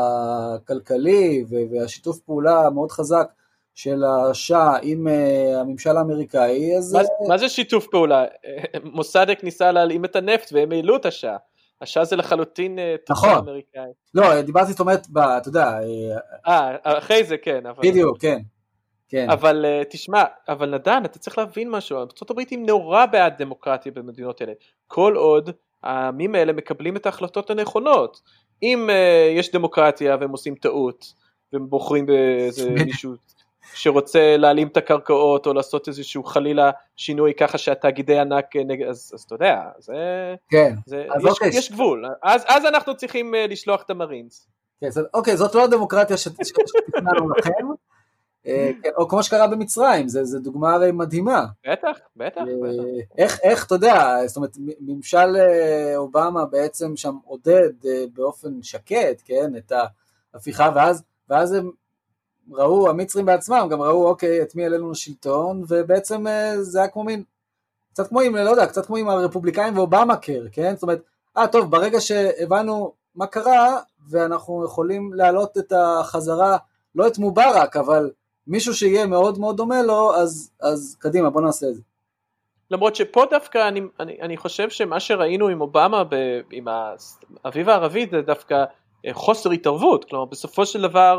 D: הכלכלי והשיתוף פעולה המאוד חזק של השאה עם הממשל האמריקאי, אז...
E: מה זה שיתוף פעולה? מוסדק ניסה להעלים את הנפט והם העלו את השאה. השעה זה לחלוטין תוצאה אמריקאי.
D: לא, דיברתי, זאת אומרת, אתה יודע...
E: אחרי זה, כן.
D: בדיוק, כן.
E: אבל תשמע, אבל נדן, אתה צריך להבין משהו, ארצות הברית היא נורא בעד דמוקרטיה במדינות האלה. כל עוד העמים האלה מקבלים את ההחלטות הנכונות. אם יש דמוקרטיה והם עושים טעות, והם בוחרים באיזה מישהו שרוצה להעלים את הקרקעות, או לעשות איזשהו חלילה שינוי ככה שהתאגידי ענק, אז אתה יודע,
D: כן.
E: יש גבול, אז אנחנו צריכים לשלוח את המרינס.
D: אוקיי, זאת לא הדמוקרטיה שתכננו לכם, או כמו שקרה במצרים, זה דוגמה הרי מדהימה.
E: בטח.
D: איך, אתה יודע, זאת אומרת, ממשל אובמה בעצם שם עודד באופן שקט, כן, את ההפיכה, ואז הם ראו, המצרים בעצמם גם ראו, אוקיי, את מי עלינו לשלטון, ובעצם זה היה כמו מין, קצת כמו עם, לא יודע, קצת כמו עם הרפובליקאים ואובמה קר, כן? זאת אומרת, טוב, ברגע שהבנו מה קרה, ואנחנו יכולים להעלות את החזרה, לא את מובארק, אבל מישהו שיהיה מאוד מאוד דומה לו, אז קדימה, בוא נעשה את זה.
E: למרות שפה דווקא אני חושב שמה שראינו עם אובמה, עם האביב הערבי, זה דווקא חוסר התערבות, כלומר בסופו של דבר,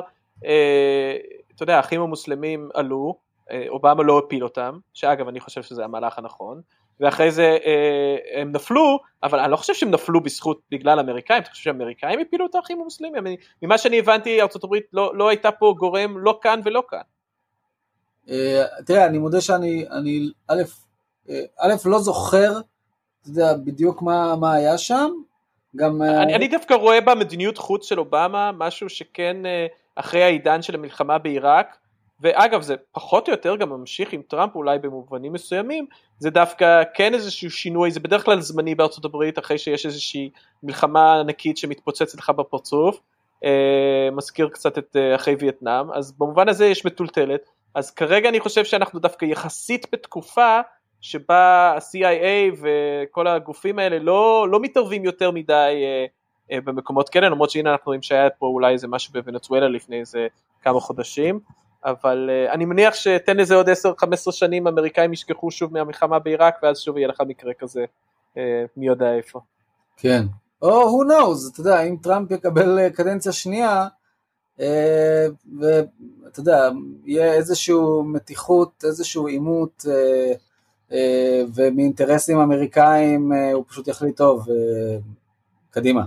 E: אתה יודע, האחים המוסלמים עלו, אובמה לא הפיל אותם, שאגב אני חושב שזה המהלך הנכון, ואחרי זה הם נפלו, אבל אני לא חושב שהם נפלו בזכות בגלל אמריקאים, אני חושב שהאמריקאים הפילו את האחים המוסלמים, ממה שאני הבנתי, ארצות הברית לא הייתה פה גורם לא כאן ולא כאן.
D: תראה, אני מודה שאני א' לא זוכר, אתה יודע, בדיוק מה היה שם, גם...
E: אני דווקא רואה במדיניות חוץ של אובמה, משהו שכן אחרי העידן של המלחמה בעיראק, ואגב זה פחות או יותר גם ממשיך עם טראמפ אולי במובנים מסוימים, זה דווקא כן איזשהו שינוי, זה בדרך כלל זמני בארצות הברית, אחרי שיש איזושהי מלחמה ענקית שמתפוצצת לך בפרצוף, מזכיר קצת את אחרי וייטנאם, אז במובן הזה יש מטולטלת, אז כרגע אני חושב שאנחנו דווקא יחסית בתקופה, שבה ה-CIA וכל הגופים האלה לא מתערבים יותר מדי במקומות כאלה, למרות שהנה אנחנו רואים שהיה פה אולי איזה משהו בוונצואלה לפני איזה כמה חודשים, אבל אני מניח שתן לזה עוד 10-15 שנים, אמריקאים ישכחו שוב מהמלחמה בעיראק, ואז שוב יהיה לך מקרה כזה, מי יודע איפה.
D: כן, או who knows, אתה יודע, אם טראמפ יקבל קדנציה שנייה, ואתה יודע, יהיה איזשהו מתיחות, איזשהו עימות, ומאינטרסים אמריקאים הוא פשוט יחליט טוב, קדימה.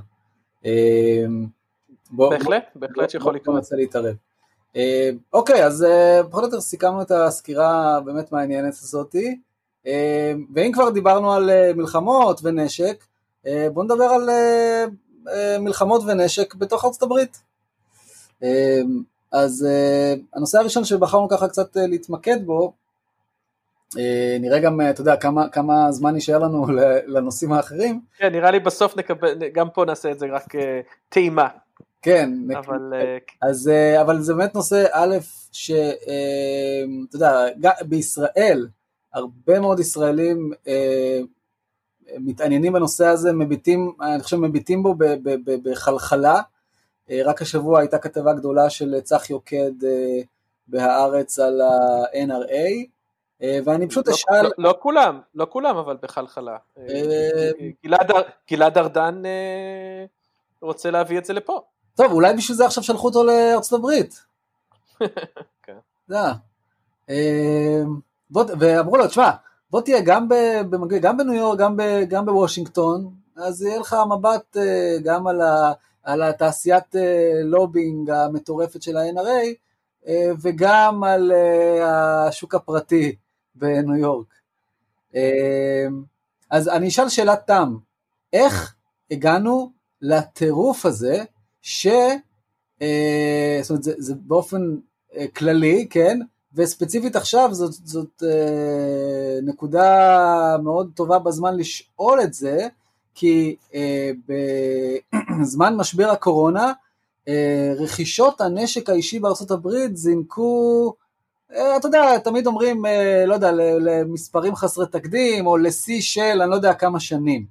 E: בהחלט שיכול לקרות.
D: בוא נצא להתערב. אוקיי, אז פחות או יותר סיכמנו את הסקירה באמת מעניינת הזאת, ואם כבר דיברנו על מלחמות ונשק, בואו נדבר על מלחמות ונשק בתוך ארצות הברית. אז הנושא הראשון שבחרנו ככה קצת להתמקד בו, נראה גם, אתה יודע, כמה זמן יישאר לנו לנושאים האחרים.
E: כן, נראה לי בסוף נקבל, גם פה נעשה את זה רק טעימה.
D: כן, אבל זה באמת נושא א' שאתה יודע, בישראל, הרבה מאוד ישראלים מתעניינים בנושא הזה, אני חושב מביטים בו בחלחלה, רק השבוע הייתה כתבה גדולה של צח יוקד בהארץ על ה-NRA, ואני פשוט אשאל...
E: לא כולם, אבל בחלחלה. גלעד ארדן רוצה להביא את זה לפה.
D: טוב, אולי בשביל זה עכשיו שלחו אותו לארצות הברית.
E: כן.
D: ואמרו לו, תשמע, בוא תהיה גם בניו יורק, גם בוושינגטון, אז יהיה לך מבט גם על התעשיית לובינג המטורפת של ה-NRA, וגם על השוק הפרטי בניו יורק. אז אני אשאל שאלת תם, איך הגענו לטירוף הזה, זאת אומרת, זה באופן כללי, כן, וספציפית עכשיו זאת נקודה מאוד טובה בזמן לשאול את זה, כי בזמן משבר הקורונה, רכישות הנשק האישי בארצות הברית זינקו, אתה יודע, תמיד אומרים, לא יודע, למספרים חסרי תקדים, או לשיא של, אני לא יודע כמה שנים.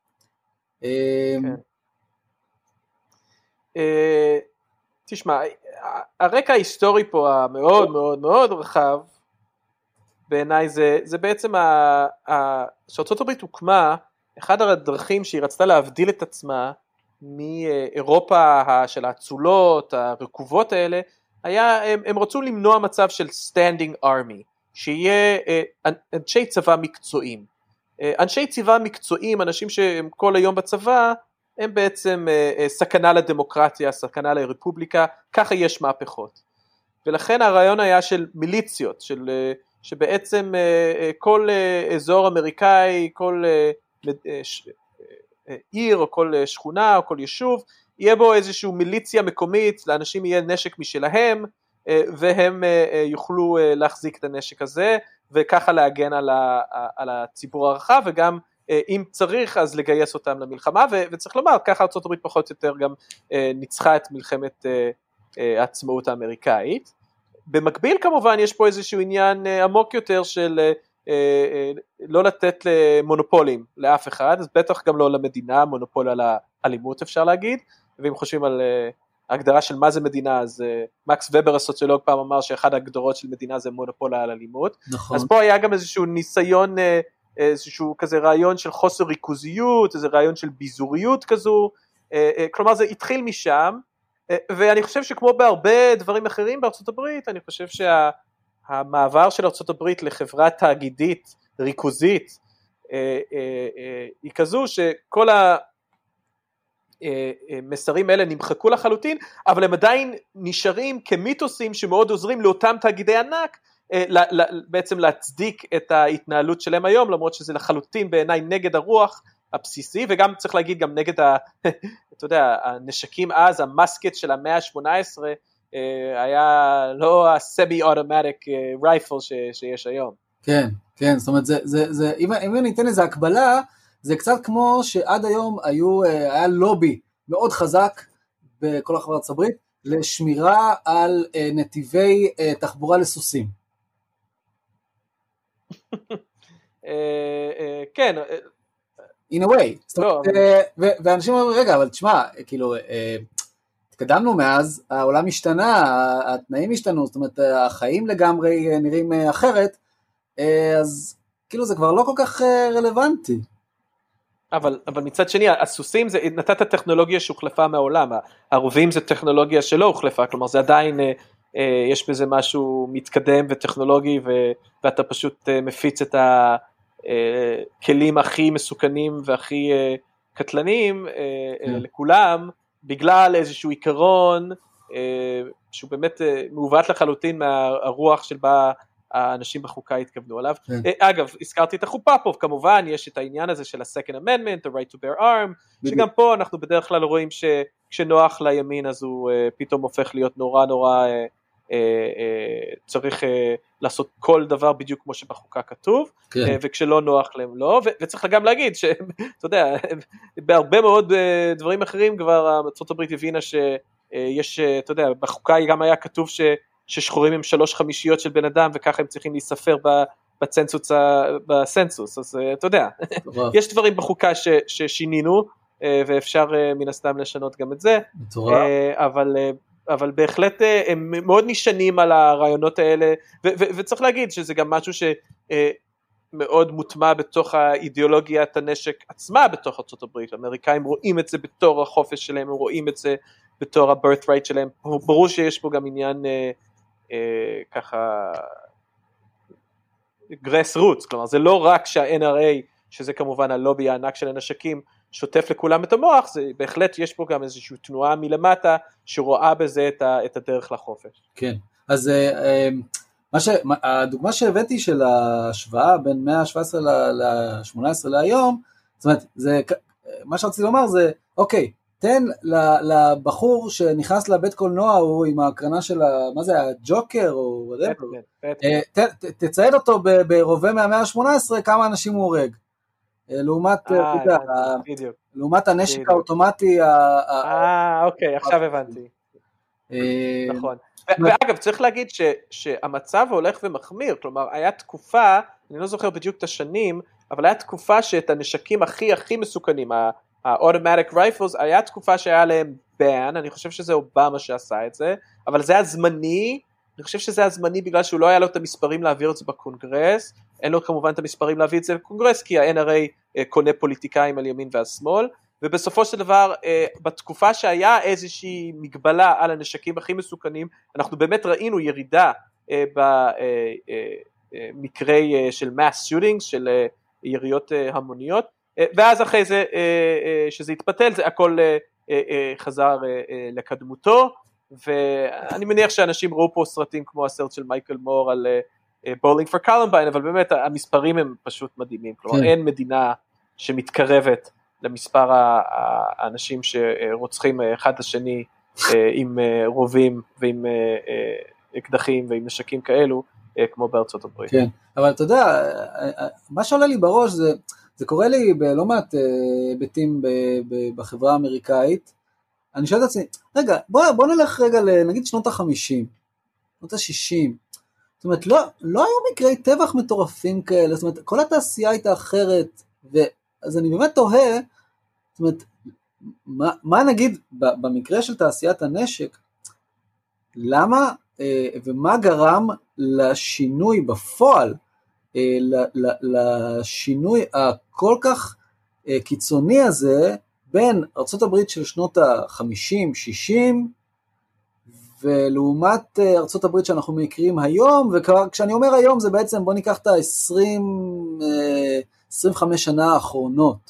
E: תשמע, הרקע ההיסטורי פה המאוד מאוד מאוד רחב, בעיניי זה בעצם שארצות הברית הוקמה, אחד הדרכים שהיא רצתה להבדיל את עצמה, מאירופה של האצולות, הרקובות האלה, הם רצו למנוע מצב של standing army, שיהיה אנשי צבא מקצועיים. אנשי צבא מקצועיים, אנשים שהם כל היום בצבא, הם בעצם סכנה לדמוקרטיה, סכנה לרפובליקה, ככה יש מהפכות. ולכן הרעיון היה של מיליציות, שבעצם כל אזור אמריקאי, כל עיר או כל שכונה או כל יישוב, יהיה בו איזושהי מיליציה מקומית, לאנשים יהיה נשק משלהם, והם יוכלו להחזיק את הנשק הזה, וככה להגן על הציבור הרחב, וגם אם צריך אז לגייס אותם למלחמה, וצריך לומר, ככה ארצות הברית פחות או יותר גם ניצחה את מלחמת העצמאות האמריקאית. במקביל כמובן יש פה איזשהו עניין עמוק יותר של לא לתת מונופולים לאף אחד, אז בטח גם לא למדינה, מונופול על האלימות אפשר להגיד, ואם חושבים על ההגדרה של מה זה מדינה, אז מקס ובר הסוציולוג פעם אמר שאחד ההגדרות של מדינה זה מונופול על אלימות, נכון. אז פה היה גם איזשהו ניסיון, איזשהו כזה רעיון של חוסר ריכוזיות, איזה רעיון של ביזוריות כזו, כלומר זה התחיל משם, ואני חושב שכמו בהרבה דברים אחרים בארצות הברית, אני חושב שהמעבר של ארצות הברית לחברה תאגידית ריכוזית, היא כזו שכל המסרים האלה נמחקו לחלוטין, אבל הם עדיין נשארים כמיתוסים שמאוד עוזרים לאותם תאגידי ענק, בעצם להצדיק את ההתנהלות שלהם היום, למרות שזה לחלוטין בעיניי נגד הרוח הבסיסי, וגם צריך להגיד גם נגד, אתה יודע, הנשקים אז, המסקט של המאה ה-18, היה לא הסמי-אוטומטיק רייפל שיש היום.
D: כן, כן, זאת אומרת, אם אני אתן איזו הקבלה, זה קצת כמו שעד היום היה לובי מאוד חזק בכל החברה ארצות הברית, לשמירה על נתיבי תחבורה לסוסים.
E: כן,
D: in a way, ואנשים אומרים, רגע, אבל תשמע, כאילו, התקדמנו מאז, העולם השתנה, התנאים השתנו, זאת אומרת, החיים לגמרי נראים אחרת, אז כאילו זה כבר לא כל כך רלוונטי.
E: אבל מצד שני, הסוסים, נתת טכנולוגיה שהוחלפה מהעולם, הרובים זה טכנולוגיה שלא הוחלפה, כלומר זה עדיין, יש בזה משהו מתקדם וטכנולוגי, ואתה פשוט מפיץ את הכלים הכי מסוכנים והכי קטלניים לכולם, בגלל איזשהו עיקרון, שהוא באמת מעוות לחלוטין מהרוח של בה האנשים בחוקה התכוונו עליו. אגב, הזכרתי את החופה פה, כמובן יש את העניין הזה של ה-Second Amendment, the right to bear arm, שגם פה אנחנו בדרך כלל רואים שכשנוח לימין אז הוא פתאום הופך להיות נורא נורא, צריך לעשות כל דבר בדיוק כמו שבחוקה כתוב, וכשלא נוח להם לא, וצריך גם להגיד שאתה יודע, בהרבה מאוד דברים אחרים כבר ארצות הברית הבינה שיש, אתה יודע, בחוקה גם היה כתוב ששחורים הם 3/5 של בן אדם, וככה הם צריכים להיספר בסנסוס, אז אתה יודע, יש דברים בחוקה ששינינו, ואפשר מן הסתם לשנות גם את זה, אבל בהחלט הם מאוד נשענים על הרעיונות האלה, וצריך להגיד שזה גם משהו שמאוד מוטמע בתוך האידיאולוגיית הנשק עצמה בתוך ארצות הברית. האמריקאים רואים את זה בתור החופש שלהם, הם רואים את זה בתור ה-birthright שלהם, ברור שיש פה גם עניין ככה grassroots, כלומר זה לא רק שה-NRA, שזה כמובן הלובי הענק של הנשקים, שוטף לכולם את המוח, זה בהחלט יש פה גם איזושהי תנועה מלמטה, שרואה בזה את הדרך לחופש.
D: כן, אז הדוגמה שהבאתי של ההשוואה בין 117 ל-18 להיום, זאת אומרת, מה שרציתי לומר זה, אוקיי, תן לבחור שנכנס לבית קולנוע, הוא עם ההקרנה של, מה זה, הג'וקר, או תצייד אותו ברובה מה-118, כמה אנשים הוא הורג. לעומת הנשק האוטומטי.
E: אוקיי, עכשיו הבנתי. נכון. ואגב, צריך להגיד שהמצב הולך ומחמיר, כלומר, היה תקופה, אני לא זוכר בדיוק את השנים, אבל היה תקופה שאת הנשקים הכי מסוכנים, ה-automatic rifles, היה תקופה שהיה להם ban, אני חושב שזה אובמה שעשה את זה, אבל זה היה זמני, אני חושב שזה היה זמני בגלל שהוא לא היה לו את המספרים להעביר את זה בקונגרס, אין לו כמובן את המספרים להביא את זה בקונגרס, כי ה-NRA קונה פוליטיקאים על ימין ועל שמאל, ובסופו של דבר, בתקופה שהיה איזושהי מגבלה על הנשקים הכי מסוכנים, אנחנו באמת ראינו ירידה במקרי של mass shootings, של יריות המוניות, ואז אחרי זה, שזה התפתל, זה הכל חזר לקדמותו, ואני מניח שאנשים ראו פה סרטים כמו הסרט של מייקל מור על בולינג פור קולומביין, אבל באמת המספרים הם פשוט מדהימים, כלומר אין מדינה שמתקרבת למספר האנשים שרוצחים אחד לשני עם רובים ועם אקדחים ועם נשקים כאלו, כמו בארצות הברית. כן,
D: אבל אתה יודע, מה שעולה לי בראש זה קורה לי בלא מעט היבטים בחברה האמריקאית, אני שואל את עצמי, רגע, בוא נלך רגע נגיד שנות ה-50, שנות ה-60, זאת אומרת, לא היו מקרי טבח מטורפים כאלה, זאת אומרת, כל התעשייה הייתה אחרת, אז אני באמת תוהה, זאת אומרת, מה נגיד במקרה של תעשיית הנשק, למה ומה גרם לשינוי בפועל, לשינוי הכל כך קיצוני הזה, בין ארצות הברית של שנות ה-50-60, ולעומת ארצות הברית שאנחנו מכירים היום, וכשאני אומר היום זה בעצם, בוא ניקח את ה-25 שנה האחרונות.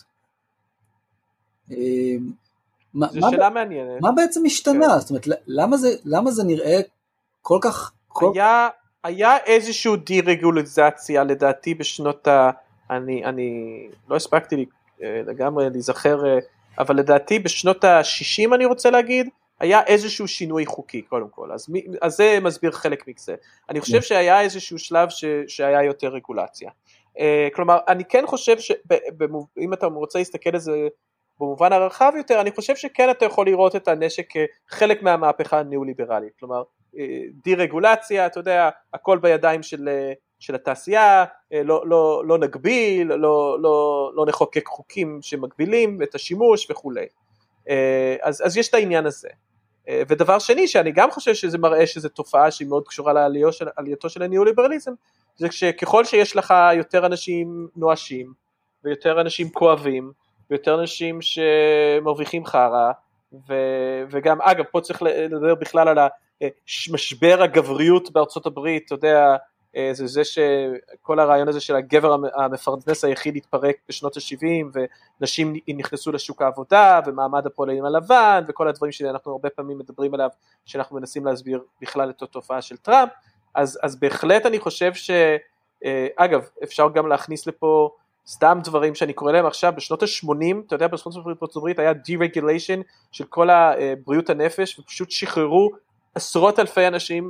E: זו שאלה מעניינת.
D: מה בעצם השתנה? זאת אומרת, למה זה נראה כל כך...
E: היה איזשהו דירגוליזציה לדעתי בשנות אני לא הספקתי לגמרי להיזכר, אבל לדעתי בשנות ה-60 אני רוצה להגיד, היה איזשהו שינוי חוקי קודם כל, אז זה מסביר חלק מזה. אני חושב שהיה איזשהו שלב שהיה יותר רגולציה. כלומר, אני כן חושב שאם אתה רוצה להסתכל על זה במובן הרחב יותר, אני חושב שכן אתה יכול לראות את הנשק כחלק מהמהפכה הניאו-ליברלית, כלומר, דירגולציה, אתה יודע, הכל בידיים של התעשייה, לא נגביל, לא נחוקק חוקים שמגבילים את השימוש וכו'. אז יש את העניין הזה. ודבר שני, שאני גם חושב שזה מראה שזו תופעה שהיא מאוד קשורה לעלייתו של הניאו-ליברליזם, זה שככל שיש לך יותר אנשים נואשים, ויותר אנשים כואבים, ויותר אנשים שמרוויחים חרה, וגם, אגב, פה צריך לדבר בכלל על משבר הגבריות בארצות הברית, אתה יודע, זה שכל הרעיון הזה של הגבר המפרנס היחיד התפרק בשנות ה-70, ונשים נכנסו לשוק העבודה, ומעמד הפועלים הלבן, וכל הדברים שאנחנו הרבה פעמים מדברים עליו, שאנחנו מנסים להסביר בכלל את התופעה של טראמפ, אז בהחלט אני חושב אגב, אפשר גם להכניס לפה סתם דברים שאני קורא להם עכשיו, בשנות ה-80, אתה יודע, בשנות הברית היה deregulation של כל הבריאות הנפש, ופשוט שחררו עשרות אלפי אנשים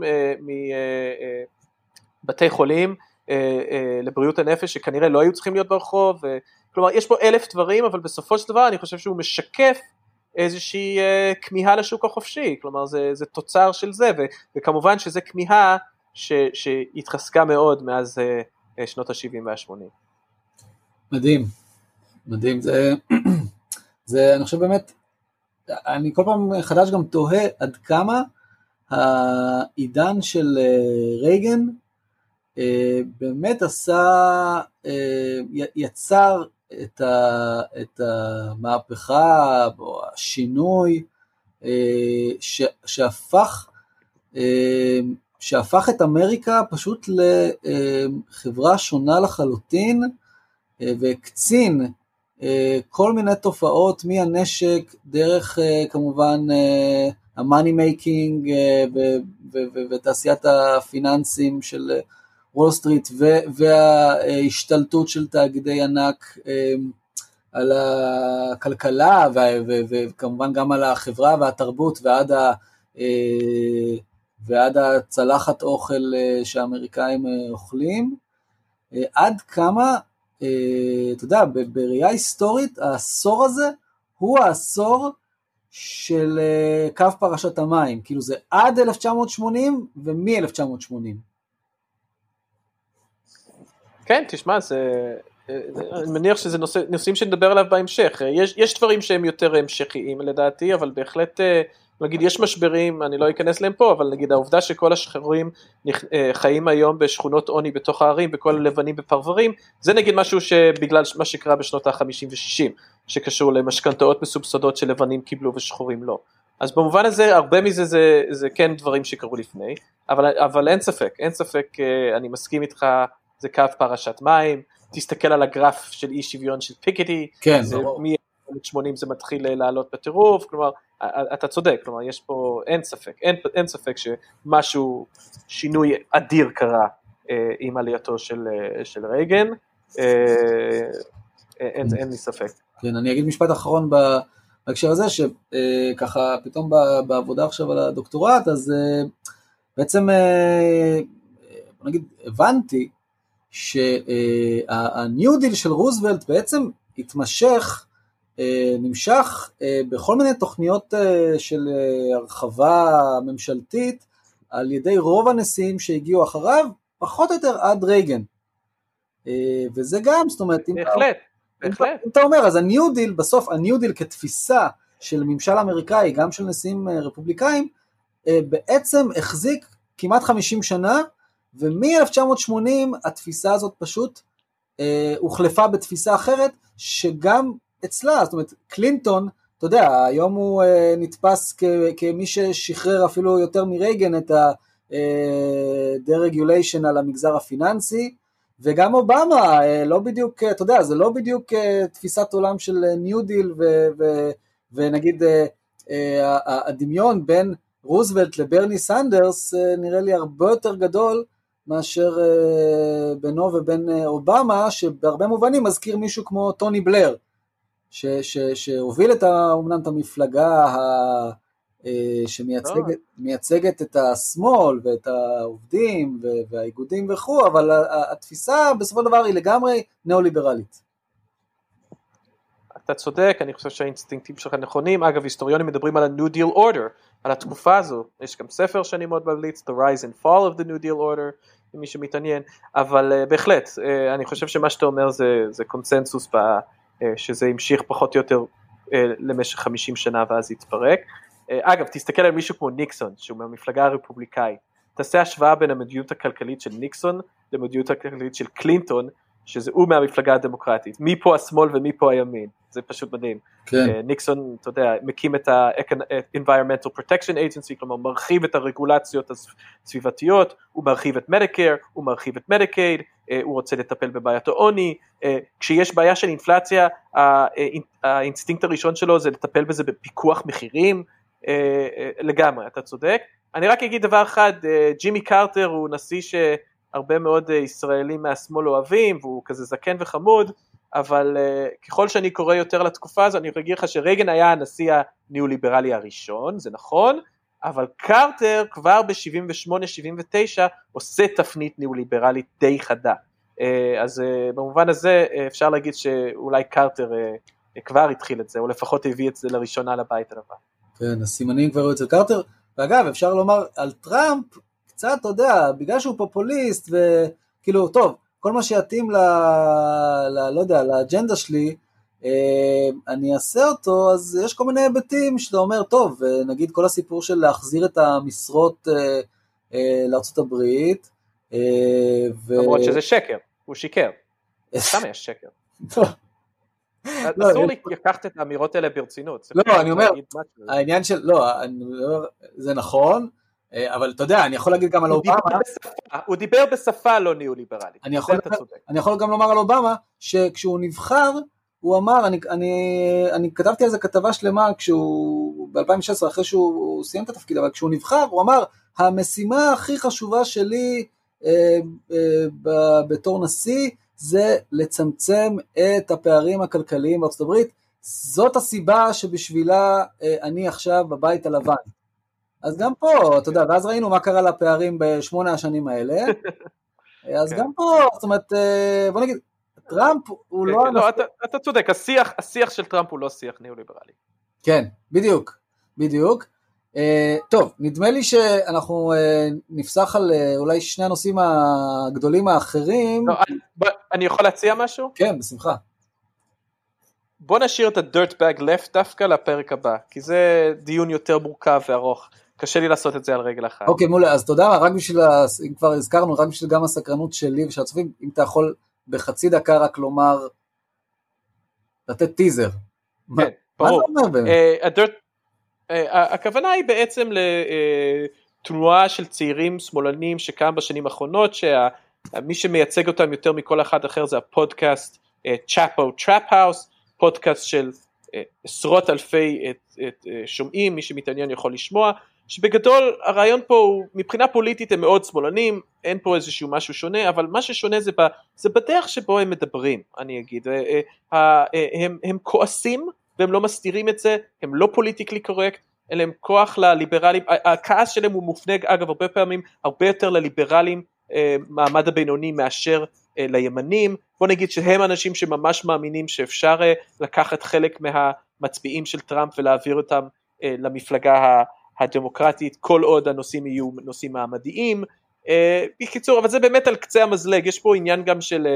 E: מבתי חולים לבריאות הנפש, שכנראה לא היו צריכים להיות ברחוב, כלומר יש פה 1000 דברים, אבל בסופו של דבר אני חושב שהוא משקף איזושהי כמיהה לשוק החופשי, כלומר זה תוצר של זה, וכמובן שזה כמיהה שהתחזקה מאוד מאז שנות ה-70 וה-80.
D: מדהים, מדהים, זה אני חושב באמת, אני כל פעם חדש גם תוהה עד כמה העידן של רייגן באמת יצר את המהפכה או השינוי שהפך את אמריקה פשוט לחברה שונה לחלוטין, והקצין כל מיני תופעות מהנשק דרך כמובן המאני מייקינג ותעשיית הפיננסים של וול סטריט וההשתלטות של תאגידי ענק על הכלכלה וכמובן גם על החברה והתרבות ועד הצלחת אוכל שהאמריקאים אוכלים, עד כמה, אתה יודע, בראייה היסטורית, העשור הזה הוא העשור של קו פרשת המים, כאילו זה עד 1980 ומ-1980.
E: כן, תשמע, אני מניח שזה נושאים שנדבר עליו בהמשך. יש דברים שהם יותר המשכיים לדעתי, אבל בהחלט, נגיד, יש משברים, אני לא אכנס להם פה, אבל נגיד העובדה שכל השחורים חיים היום בשכונות עוני בתוך הערים, וכל הלבנים בפרברים, זה נגיד משהו שבגלל מה שקרה בשנות ה-50 ו-60, שקשור למשכנתאות מסובסדות של לבנים קיבלו ושחורים לא. אז במובן הזה, הרבה מזה זה כן דברים שקרו לפני, אבל אין ספק, אני מסכים איתך, זה קו פרשת מים, תסתכל על הגרף של אי שוויון של פיקטי,
D: כן,
E: מ-80 זה מתחיל לעלות בטירוף, כלומר, אתה צודק, כלומר, יש פה, אין ספק שמשהו, שינוי אדיר קרה עם עלייתו של רייגן, אין לי ספק.
D: כן, אני אגיד משפט אחרון בהקשר הזה, שככה פתאום בעבודה עכשיו על הדוקטורט, אז בעצם, נגיד, הבנתי, שהניו דיל של רוזוולט בעצם נמשך בכל מיני תוכניות של הרחבה ממשלתית, על ידי רוב הנשיאים שהגיעו אחריו, פחות או יותר עד רייגן. וזה גם, זאת אומרת, אם אתה אומר, אז הניו דיל, בסוף הניו דיל כתפיסה של ממשל אמריקאי, גם של נשיאים רפובליקאים, בעצם החזיק כמעט 50 שנה, ומ-1980 התפיסה הזאת פשוט הוחלפה בתפיסה אחרת, שגם אצלה, זאת אומרת, קלינטון, אתה יודע, היום הוא נתפס כמי ששחרר אפילו יותר מרייגן את ה-deregulation על המגזר הפיננסי, וגם אובמה, לא בדיוק, אתה יודע, זה לא בדיוק תפיסת עולם של ניו דיל, ונגיד הדמיון בין רוזוולט לברני סנדרס, נראה לי הרבה יותר גדול, מאשר בינו ובין אובמה, שבהרבה מובנים מזכיר מישהו כמו טוני בלר, שהוביל אומנם את המפלגה שמייצגת את השמאל ואת העובדים והאיגודים וכו', אבל התפיסה בסופו של דבר היא לגמרי ניאו-ליברלית.
E: אתה צודק, אני חושב שהאינסטינקטים שלך נכונים, אגב היסטוריונים מדברים על ה-New Deal Order, על התקופה הזו, יש גם ספר שאני מאוד ממליץ, The Rise and Fall of the New Deal Order, מי שמתעניין, אבל בהחלט, אני חושב שמה שאתה אומר זה קונסנסוס, שזה המשיך פחות או יותר למשך 50 שנה ואז יתפרק. אגב, תסתכל על מישהו כמו ניקסון, שהוא מהמפלגה הרפובליקאית, תעשה השוואה בין המדיניות הכלכלית של ניקסון, למדיניות הכלכלית של קלינטון, שזה הוא מהמפלגה הדמוקרטית, מי פה השמאל ומי פה הימין, זה פשוט מדהים.
D: כן.
E: ניקסון, אתה יודע, מקים את ה-Environmental Protection Agency, כלומר מרחיב את הרגולציות הסביבתיות, הוא מרחיב את Medicare, הוא מרחיב את Medicaid, הוא רוצה לטפל בבעיית העוני, כשיש בעיה של אינפלציה, האינסטינקט הראשון שלו זה לטפל בזה בפיקוח מחירים, לגמרי, אתה צודק. אני רק אגיד דבר אחד, ג'ימי קרטר הוא נשיא הרבה מאוד ישראלים מהשמאל אוהבים, והוא כזה זקן וחמוד, אבל ככל שאני קורא יותר לתקופה הזו, אני אגיד לך שרייגן היה הנשיא הניאו-ליברלי הראשון, זה נכון, אבל קרטר כבר ב-78-79 עושה תפנית ניאו-ליברלית די חדה. אז במובן הזה אפשר להגיד שאולי קרטר כבר התחיל את זה, או לפחות הביא את זה לראשונה לבית הלבן.
D: כן, הסימנים כבר היו אצל קרטר, ואגב, אפשר לומר על טראמפ, קצת, אתה יודע, בגלל שהוא פופוליסט, וכאילו, טוב, כל מה שיתאים לא יודע, לאג'נדה שלי, אני אעשה אותו, אז יש כל מיני היבטים שאתה אומר, טוב, נגיד כל הסיפור של להחזיר את המשרות לארצות הברית.
E: למרות שזה שקר, הוא שיקר. סתם יש שקר. אסור לקחת את האמירות האלה ברצינות.
D: לא, אני אומר, העניין של, לא, זה נכון, אבל אתה יודע, אני יכול להגיד גם על אובמה.
E: הוא דיבר בשפה לא ניאו-ליברלית.
D: אני יכול גם לומר על אובמה, שכשהוא נבחר, הוא אמר, אני כתבתי על זה כתבה שלמה, כשהוא, ב-2016, אחרי שהוא סיים את התפקיד, אבל כשהוא נבחר, הוא אמר, המשימה הכי חשובה שלי בתור נשיא, זה לצמצם את הפערים הכלכליים בארצות הברית, זאת הסיבה שבשבילה אני עכשיו בבית הלבן. אז גם פה, אתה יודע, ואז ראינו מה קרה לפערים ב8 השנים האלה, אז גם פה, זאת אומרת, בוא נגיד, טראמפ הוא לא...
E: לא, אתה צודק, השיח של טראמפ הוא לא שיח ניאו-ליברלי.
D: כן, בדיוק. טוב, נדמה לי שאנחנו נפסח על אולי שני הנושאים הגדולים האחרים.
E: אני יכול להציע משהו?
D: כן, בשמחה.
E: בוא נשאיר את ה-dirt bag left דווקא לפרק הבא, כי זה דיון יותר מורכב וארוך. קשה לי לעשות את זה על רגל אחת.
D: אוקיי, מעולה, אז תודה, רק בשביל, אם כבר הזכרנו, רק בשביל גם הסקרנות שלי ושל הצופים, אם אתה יכול בחצי דקה רק לומר, לתת טיזר.
E: כן, ברור.
D: מה אתה אומר באמת?
E: הכוונה היא בעצם לתנועה של צעירים שמאלנים שקם בשנים האחרונות, שמי שמייצג אותם יותר מכל אחד אחר זה הפודקאסט צ'אפו טראפ האוס, פודקאסט של עשרות אלפי שומעים, מי שמתעניין יכול לשמוע, שבגדול הרעיון פה הוא, מבחינה פוליטית הם מאוד שמאלנים, אין פה איזשהו משהו שונה, אבל מה ששונה זה בדרך שבו הם מדברים, אני אגיד, הם כועסים, והם לא מסתירים את זה, הם לא פוליטיקלי קורקט, אלא הם כוח לליברלים, הכעס שלהם הוא מופנג, אגב, הרבה פעמים, הרבה יותר לליברלים, מעמד הבינוני מאשר לימנים, בוא נגיד שהם אנשים שממש מאמינים שאפשר לקחת חלק מהמצביעים של טראמפ ולהעביר אותם למפלגה הדמוקרטית, כל עוד הנושאים יהיו נושאים מעמדיים, בקיצור, אבל זה באמת על קצה המזלג, יש פה עניין גם של,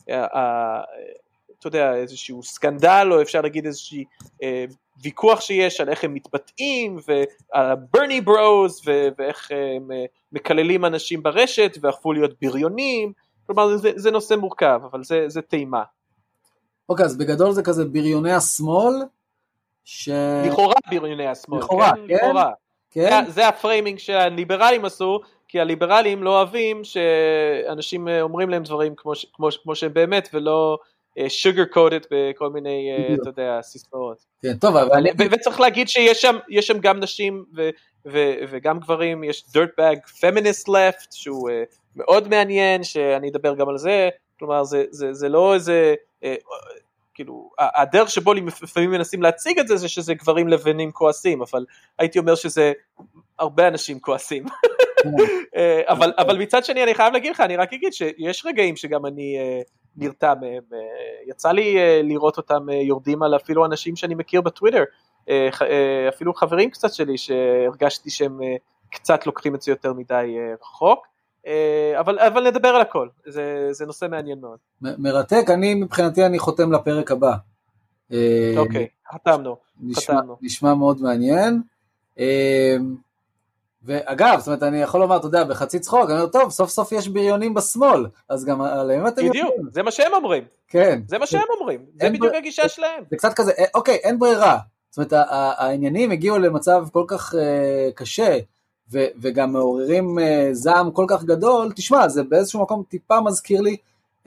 E: אתה יודע, איזשהו סקנדל, או אפשר להגיד איזשהו ויכוח שיש על איך הם מתבטאים, ועל הברני ברוז, ואיך הם מקללים אנשים ברשת, והפכו להיות בריונים, כלומר זה נושא מורכב, אבל זה טעימה.
D: אוקיי, אז בגדול זה כזה בריוני השמאל,
E: לכאורה בריוני השמאל,
D: כן?
E: זה הפריימינג שהליברלים עשו, כי הליברלים לא אוהבים שאנשים אומרים להם דברים כמו שהם באמת, ולא sugar coated בכל מיני, אתה יודע, סיסמאות.
D: כן, טוב,
E: וצריך להגיד שיש שם גם נשים וגם גברים, יש dirt bag feminist left, שהוא מאוד מעניין, שאני אדבר גם על זה, כלומר זה לא איזה, כאילו, הדרך שבו לפעמים מנסים להציג את זה, זה שזה גברים לבנים כועסים, אבל הייתי אומר שזה הרבה אנשים כועסים. אבל מצד שני אני חייב להגיד לך, אני רק אגיד שיש רגעים שגם אני נרתע מהם, יצא לי לראות אותם יורדים על אפילו אנשים שאני מכיר בטוויטר, אפילו חברים קצת שלי שהרגשתי שהם קצת לוקחים את זה יותר מדי רחוק, אבל נדבר על הכל, זה נושא מעניין מאוד.
D: מרתק, מבחינתי אני חותם לפרק הבא.
E: אוקיי, חתמנו.
D: נשמע מאוד מעניין. ואגב, זאת אומרת, אני יכול לומר, אתה יודע, בחצי צחוק, אני אומר, טוב, סוף סוף יש בריונים בשמאל, אז גם עליהם אתם
E: יודעים. בדיוק, זה מה שהם אומרים.
D: כן.
E: זה מה שהם אומרים, זה בדיוק הגישה שלהם.
D: זה קצת כזה, אוקיי, אין ברירה. זאת אומרת, העניינים הגיעו למצב כל כך קשה, וגם מעוררים זעם כל כך גדול, תשמע, זה באיזשהו מקום טיפה מזכיר לי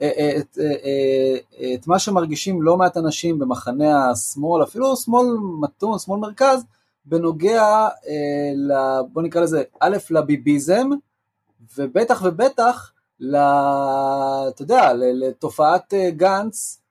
D: את מה שמרגישים לא מעט אנשים במחנה השמאל, אפילו שמאל מתון, שמאל מרכז, בנוגע, בוא נקרא לזה, א', לביביזם, ובטח אתה יודע, לתופעת גנץ,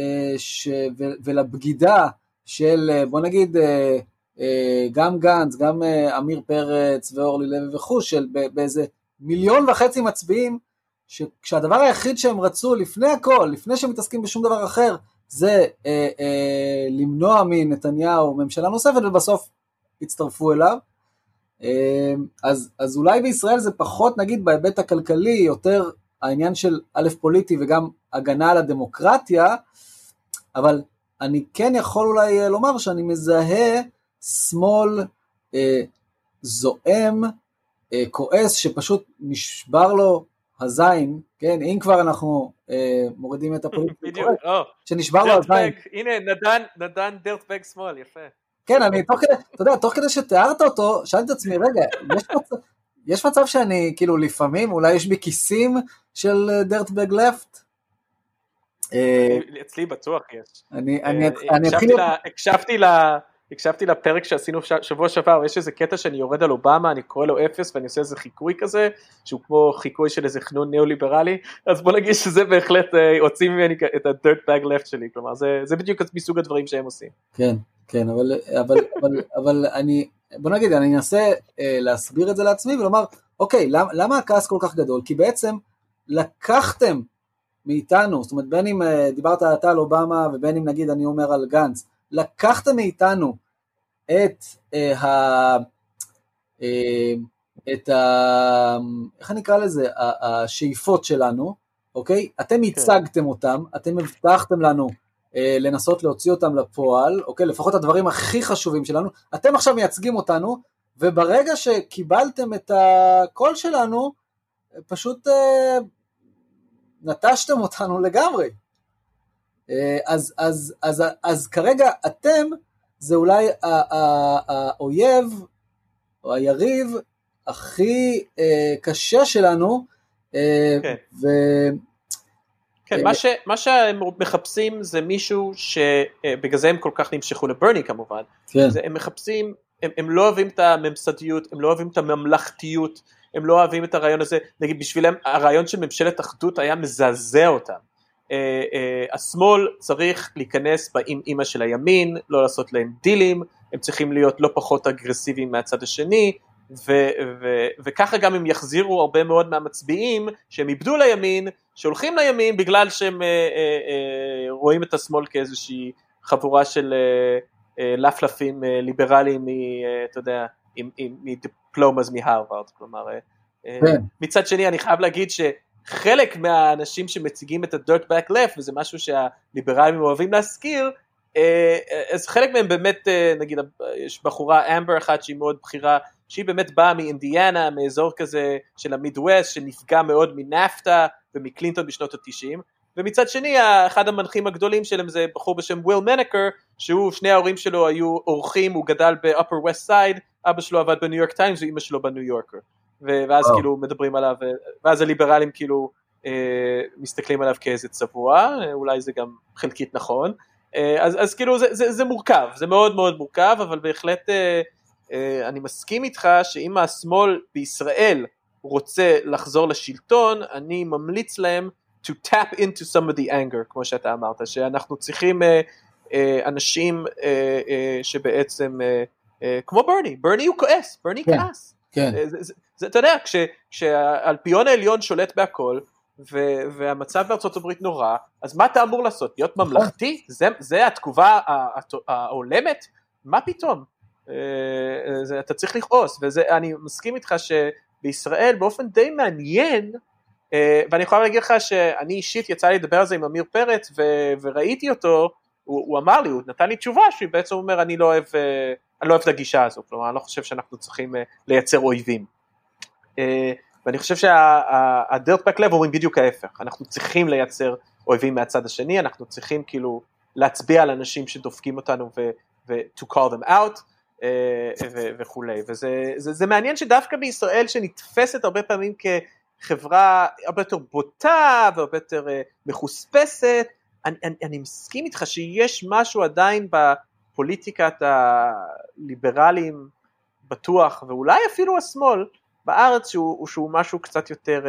D: ולבגידה של, בוא נגיד, גם גנץ, גם אמיר פרץ ואורלי לוי וכו', של באיזה 1.5 מיליון מצביעים, כשהדבר היחיד שהם רצו לפני הכל, לפני שהם מתעסקים בשום דבר אחר, זה למנוע מנתניהו ממשלה נוספת, ובסוף הצטרפו אליו. אז אולי בישראל זה פחות, נגיד, בהיבט הכלכלי, יותר העניין של א' פוליטי, וגם הגנה על הדמוקרטיה, אבל אני כן יכול אולי לומר שאני מזהה שמאל זועם, כועס, שפשט נשבר לו הזין, כן, אם כבר אנחנו מורידים את הפוליטיקה, שנשבר לו הזין.
E: הנה, נדן דרטבג שמאל, יפה.
D: כן, אני תוך כדי שתיארת אותו, שאלתי את עצמי, רגע, יש מצב שאני, כאילו, לפעמים, אולי יש בי כיסים של דרטבג לפט?
E: אצלי בטוח יש. הקשבתי לפרק שעשינו שבוע שעבר, יש איזה קטע שאני יורד על אובמה, אני קורא לו אפס, ואני עושה איזה חיקוי כזה, שהוא כמו חיקוי של איזה חנון ניאו-ליברלי, אז בוא נגיד שזה בהחלט הוציא ממני את ה-dirtbag left שלי, כלומר, זה בדיוק מסוג הדברים שהם עושים.
D: כן, כן, אבל בוא נגיד, אני אנסה להסביר את זה לעצמי, ולומר, אוקיי, למה הכעס כל כך גדול? כי בעצם לקחתם מאיתנו, זאת אומרת, בין אם דיברת אתה על אובמה, ובין אם נגיד אני אומר על גנץ, לקחתם מאיתנו איך אני אקרא לזה, השאיפות שלנו, אוקיי? אתם הצגתם אותם, אתם הבטחתם לנו לנסות להוציא אותם לפועל, אוקיי? לפחות הדברים הכי חשובים שלנו, אתם עכשיו מייצגים אותנו, וברגע שקיבלתם את הקול שלנו, פשוט נטשתם אותנו לגמרי. אז כרגע אתם, זה אולי האויב, או היריב, הכי קשה שלנו,
E: כן, מה שהם מחפשים זה מישהו שבגלל זה הם כל כך נמשכו לברני כמובן, הם מחפשים, הם לא אוהבים את הממסדיות, הם לא אוהבים את הממלכתיות, הם לא אוהבים את הרעיון הזה, נגיד בשבילם הרעיון של ממשלת אחדות היה מזעזע אותם, השמאל צריך להיכנס באמא של הימין, לא לעשות להם דילים, הם צריכים להיות לא פחות אגרסיביים מהצד השני, וככה גם הם יחזירו הרבה מאוד מהמצביעים שהם איבדו לימין, שהולכים לימין בגלל שהם רואים את השמאל כאיזושהי חבורה של לפלפים ליברליים, אתה יודע, מדיפלומאז מהרווארד, כלומר, מצד שני אני חייב להגיד שחלק מהאנשים שמציגים את ה-dirtbag left, וזה משהו שהליברלים אוהבים להזכיר, אז חלק מהם באמת, נגיד, יש בחורה אמבר אחת שהיא מאוד בחירה, שהיא באמת באה מאינדיאנה, מאזור כזה של המידווסט, שנפגע מאוד מנפטה ומקלינטון בשנות ה-90, ומצד שני, אחד המנחים הגדולים שלהם זה בחור בשם וויל מנקר, שהוא, שני ההורים שלו היו אורחים, הוא גדל ב-upper west side, אבא שלו עבד בניו יורק טיימס, ואמא שלו בניו יורקר, ואז כאילו מדברים עליו, ואז הליברלים כאילו מסתכלים עליו כאיזה צבוע, אולי זה גם חלקית נכון, אז כאילו זה מורכב, זה מאוד מאוד מורכב, אבל בהחלט אני מסכים איתך שאם השמאל בישראל רוצה לחזור לשלטון, אני ממליץ להם to tap into some of the anger, כמו שאתה אמרת, שאנחנו צריכים אנשים שבעצם, כמו ברני הוא כועס, ברני כעס. אתה יודע, כשהאלפיון העליון שולט בהכל, והמצב בארצות הברית נורא, אז מה אתה אמור לעשות? להיות ממלכתי? זה התגובה העולמת? מה פתאום? אתה צריך לכעוס, ואני מסכים איתך שבישראל באופן די מעניין, ואני יכול להגיד לך שאני אישית יצא לי לדבר על זה עם אמיר פרץ, וראיתי אותו, הוא אמר לי, הוא נתן לי תשובה, שבעצם אומר, אני לא אוהב את הגישה הזו, כלומר, אני לא חושב שאנחנו צריכים לייצר אויבים. ואני חושב שהdirtbag left אומרים בדיוק ההפך, אנחנו צריכים לייצר אויבים מהצד השני, אנחנו צריכים כאילו להצביע על אנשים שדופקים אותנו to call them out, וכולי, וזה מעניין שדווקא בישראל שנתפסת הרבה פעמים כחברה הרבה יותר בוטה והרבה יותר מחוספסת, אני מסכים איתך שיש משהו עדיין בפוליטיקת הליברלים בטוח, ואולי אפילו השמאל בארץ שהוא משהו קצת יותר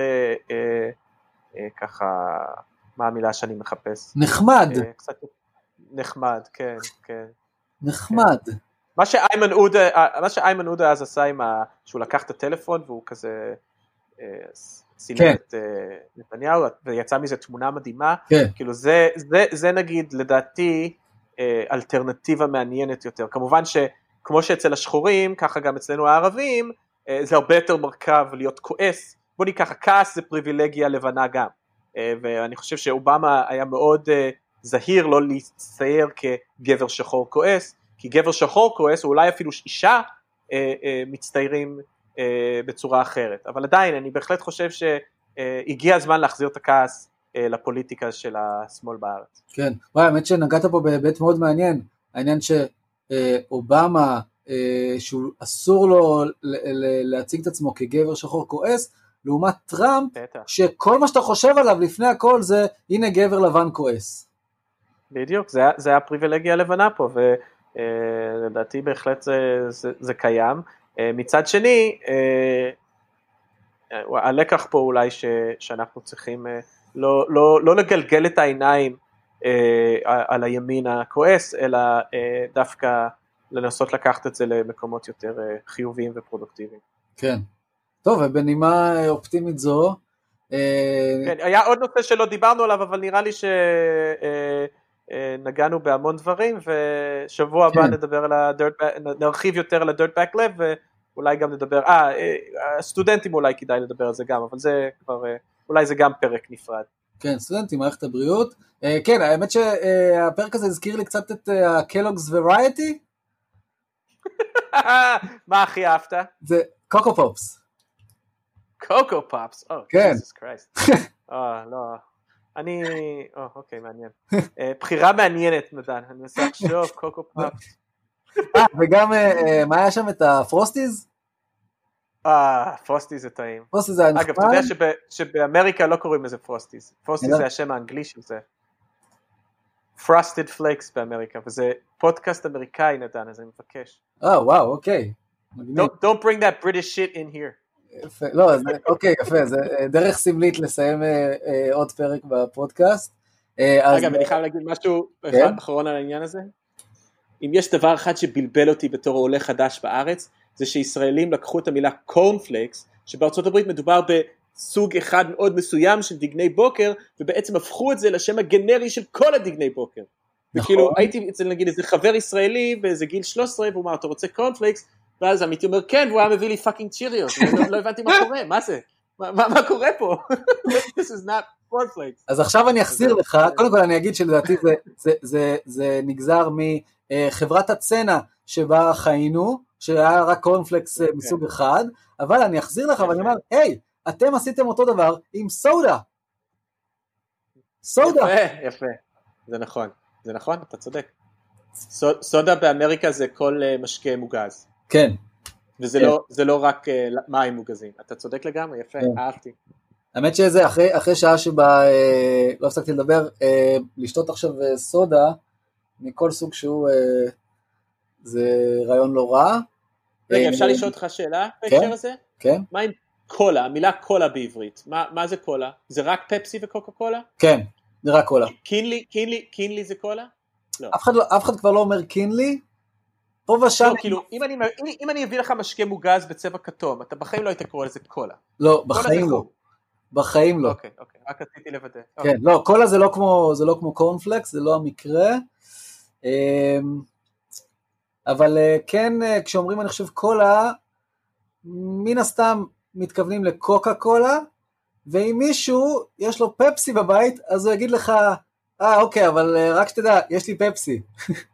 E: ככה, מה המילה שאני מחפש?
D: נחמד.
E: קצת נחמד, כן, כן.
D: נחמד.
E: מה שאיימן עודה אז עשה שהוא לקח את הטלפון והוא כזה צילם את נתניהו ויצא מזה תמונה מדהימה, כאילו זה נגיד לדעתי אלטרנטיבה מעניינת יותר, כמובן שכמו שאצל השחורים ככה גם אצלנו הערבים זה הרבה יותר מורכב להיות כועס, בוא ניקח הכעס זה פריבילגיה לבנה גם, ואני חושב שאובמה היה מאוד זהיר לא להצטייר כגבר שחור כועס, כי גבר שחור כועס, או אולי אפילו אישה מצטיירים בצורה אחרת, אבל עדיין אני בהחלט חושב שהגיע הזמן להחזיר את הכעס לפוליטיקה של השמאל בארץ.
D: כן, האמת שנגעת פה בהיבט מאוד מעניין, העניין שאובמה, שהוא אסור לו להציג את עצמו כגבר שחור כועס, לעומת טראמפ, שכל מה שאתה חושב עליו לפני הכל זה, הנה גבר לבן כועס.
E: בדיוק, זה הפריבילגיה הלבנה פה, ולדעתי בהחלט זה קיים. מצד שני, הלקח פה אולי שאנחנו צריכים לא לגלגל את העיניים על הימין הכועס, אלא דווקא לנסות לקחת את זה למקומות יותר חיוביים ופרודוקטיביים.
D: כן. טוב, ובנימה אופטימית זו.
E: כן, היה עוד נושא שלא דיברנו עליו, אבל נראה לי שנגענו בהמון דברים, ושבוע הבא נדבר על נרחיב יותר על ה-Dirtbag Lab, ואולי גם נדבר, הסטודנטים אולי כדאי לדבר על זה גם, אבל זה כבר, אולי זה גם פרק נפרד.
D: כן, סטודנטים, מערכת הבריאות. כן, האמת שהפרק הזה הזכיר לי קצת את ה-Kellogg's Variety.
E: מה הכי אהבת?
D: זה קוקו פופס.
E: קוקו פופס,
D: כן.
E: Jesus Christ. לא, אוקיי, מעניין. בחירה מעניינת, נדן, אני מנסה לחשוב, קוקו פופס.
D: וגם, מה היה שם את הפרוסטיז?
E: פרוסטיז זה טעים.
D: פרוסטיז זה נחמד.
E: אגב, אתה יודע שבאמריקה לא קוראים לזה פרוסטיז. פרוסטיז זה השם האנגלי של זה. Frosted Flakes באמריקה, וזה פודקאסט אמריקאי, נדן, אז אני מבקש.
D: וואו, אוקיי.
E: Don't bring that British shit in here.
D: יפה, לא, אוקיי, יפה, זה דרך סמלית לסיים עוד פרק בפודקאסט.
E: אגב, אני חייב להגיד משהו אחד אחרון על העניין הזה. אם יש דבר אחד שבלבל אותי בתור עולה חדש בארץ, זה שישראלים לקחו את המילה cornflakes, שבארצות הברית מדובר בסוג אחד מאוד מסוים של דגני בוקר, ובעצם הפכו את זה לשם הגנרי של כל הדגני בוקר. וכאילו, הייתי אצל נגיד איזה חבר ישראלי באיזה גיל 13, והוא אמר, אתה רוצה cornflakes? ואז עמיתי אומר, כן, והוא היה מביא לי פאקינג צ'יריוס, לא הבנתי מה קורה, מה זה? מה קורה פה? This is not cornflakes.
D: אז עכשיו אני אחזיר לך, קודם כל אני אגיד שלדעתי זה נגזר מחברת הצנע שבה חיינו, שהיה רק קורנפלקס מסוג אחד, אבל אני אחזיר לך ואני אומר, היי, אתם עשיתם אותו דבר עם סודה. סודה.
E: יפה, זה נכון, אתה צודק. סודה באמריקה זה כל משקה מוגז.
D: כן.
E: וזה לא רק מים מוגזים. אתה צודק לגמרי, יפה, אהבתי.
D: האמת שזה, אחרי שעה שבה לא הפסקתי לדבר, לשתות עכשיו סודה, מכל סוג שהוא, זה רעיון לא רע.
E: רגע, אפשר לשאול אותך שאלה בהקשר הזה?
D: כן.
E: מה עם קולה, המילה קולה בעברית? מה זה קולה? זה רק פפסי וקוקה קולה?
D: כן, זה רק קולה.
E: קינלי זה קולה? לא.
D: אף אחד כבר לא אומר קינלי, פה ושם...
E: לא, כאילו, אם אני אביא לך משקה מוגז בצבע כתום, אתה בחיים לא היית קורא לזה קולה.
D: לא, בחיים לא. בחיים לא.
E: אוקיי, רק רציתי לוודא.
D: כן, לא, קולה זה לא כמו קורנפלקס, זה לא המקרה. אבל כן, כשאומרים אני חושב קולה, מן הסתם מתכוונים לקוקה קולה, ואם מישהו יש לו פפסי בבית, אז הוא יגיד לך, אוקיי, אבל רק שתדע, יש לי פפסי.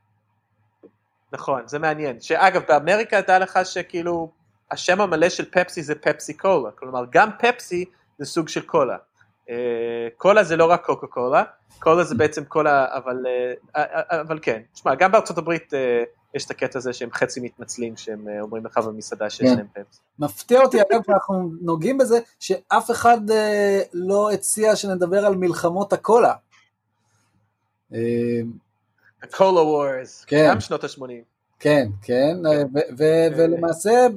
E: נכון, זה מעניין. שאגב, באמריקה הייתה לך שכאילו, השם המלא של פפסי זה פפסי קולה, כלומר, גם פפסי זה סוג של קולה. קולה זה לא רק קוקה קולה, קולה זה בעצם קולה, אבל כן. תשמע, גם בארצות הברית יש את הקטע הזה שהם חצי מתנצלים, שהם אומרים לך במסעדה שיש להם פפסי.
D: מפתיע אותי, אגב, אנחנו נוגעים בזה, שאף אחד לא הציע שנדבר על מלחמות הקולה.
E: הקולה וורס, גם שנות ה-80.
D: כן, כן, ולמעשה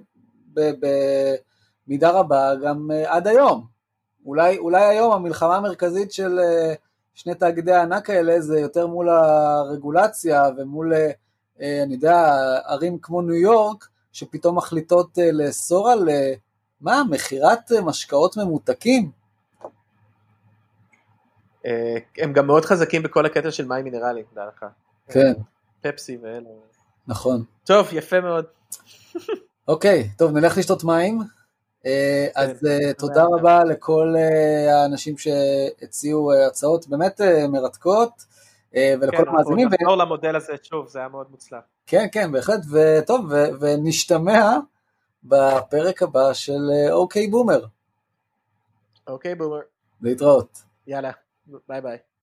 D: במידה רבה גם עד היום. אולי היום המלחמה המרכזית של שני תאגידי הענק האלה זה יותר מול הרגולציה ומול, אני יודע, ערים כמו ניו יורק, שפתאום מחליטות לאסור על, מחירת משקאות ממותקים?
E: הם גם מאוד חזקים בכל הקטע של מים מינרליים, תדע לך.
D: כן.
E: פפסי ואלה.
D: נכון.
E: טוב, יפה מאוד.
D: אוקיי, טוב, נלך לשתות מים. אז תודה רבה לכל האנשים שהציעו הצעות באמת מרתקות. ולכל המאזינים.
E: אנחנו נחזור למודל הזה שוב, זה היה מאוד מוצלח.
D: כן, כן, בהחלט, וטוב, ונשתמע בפרק הבא של אוקיי בומר.
E: אוקיי בומר.
D: להתראות.
E: יאללה, ביי ביי.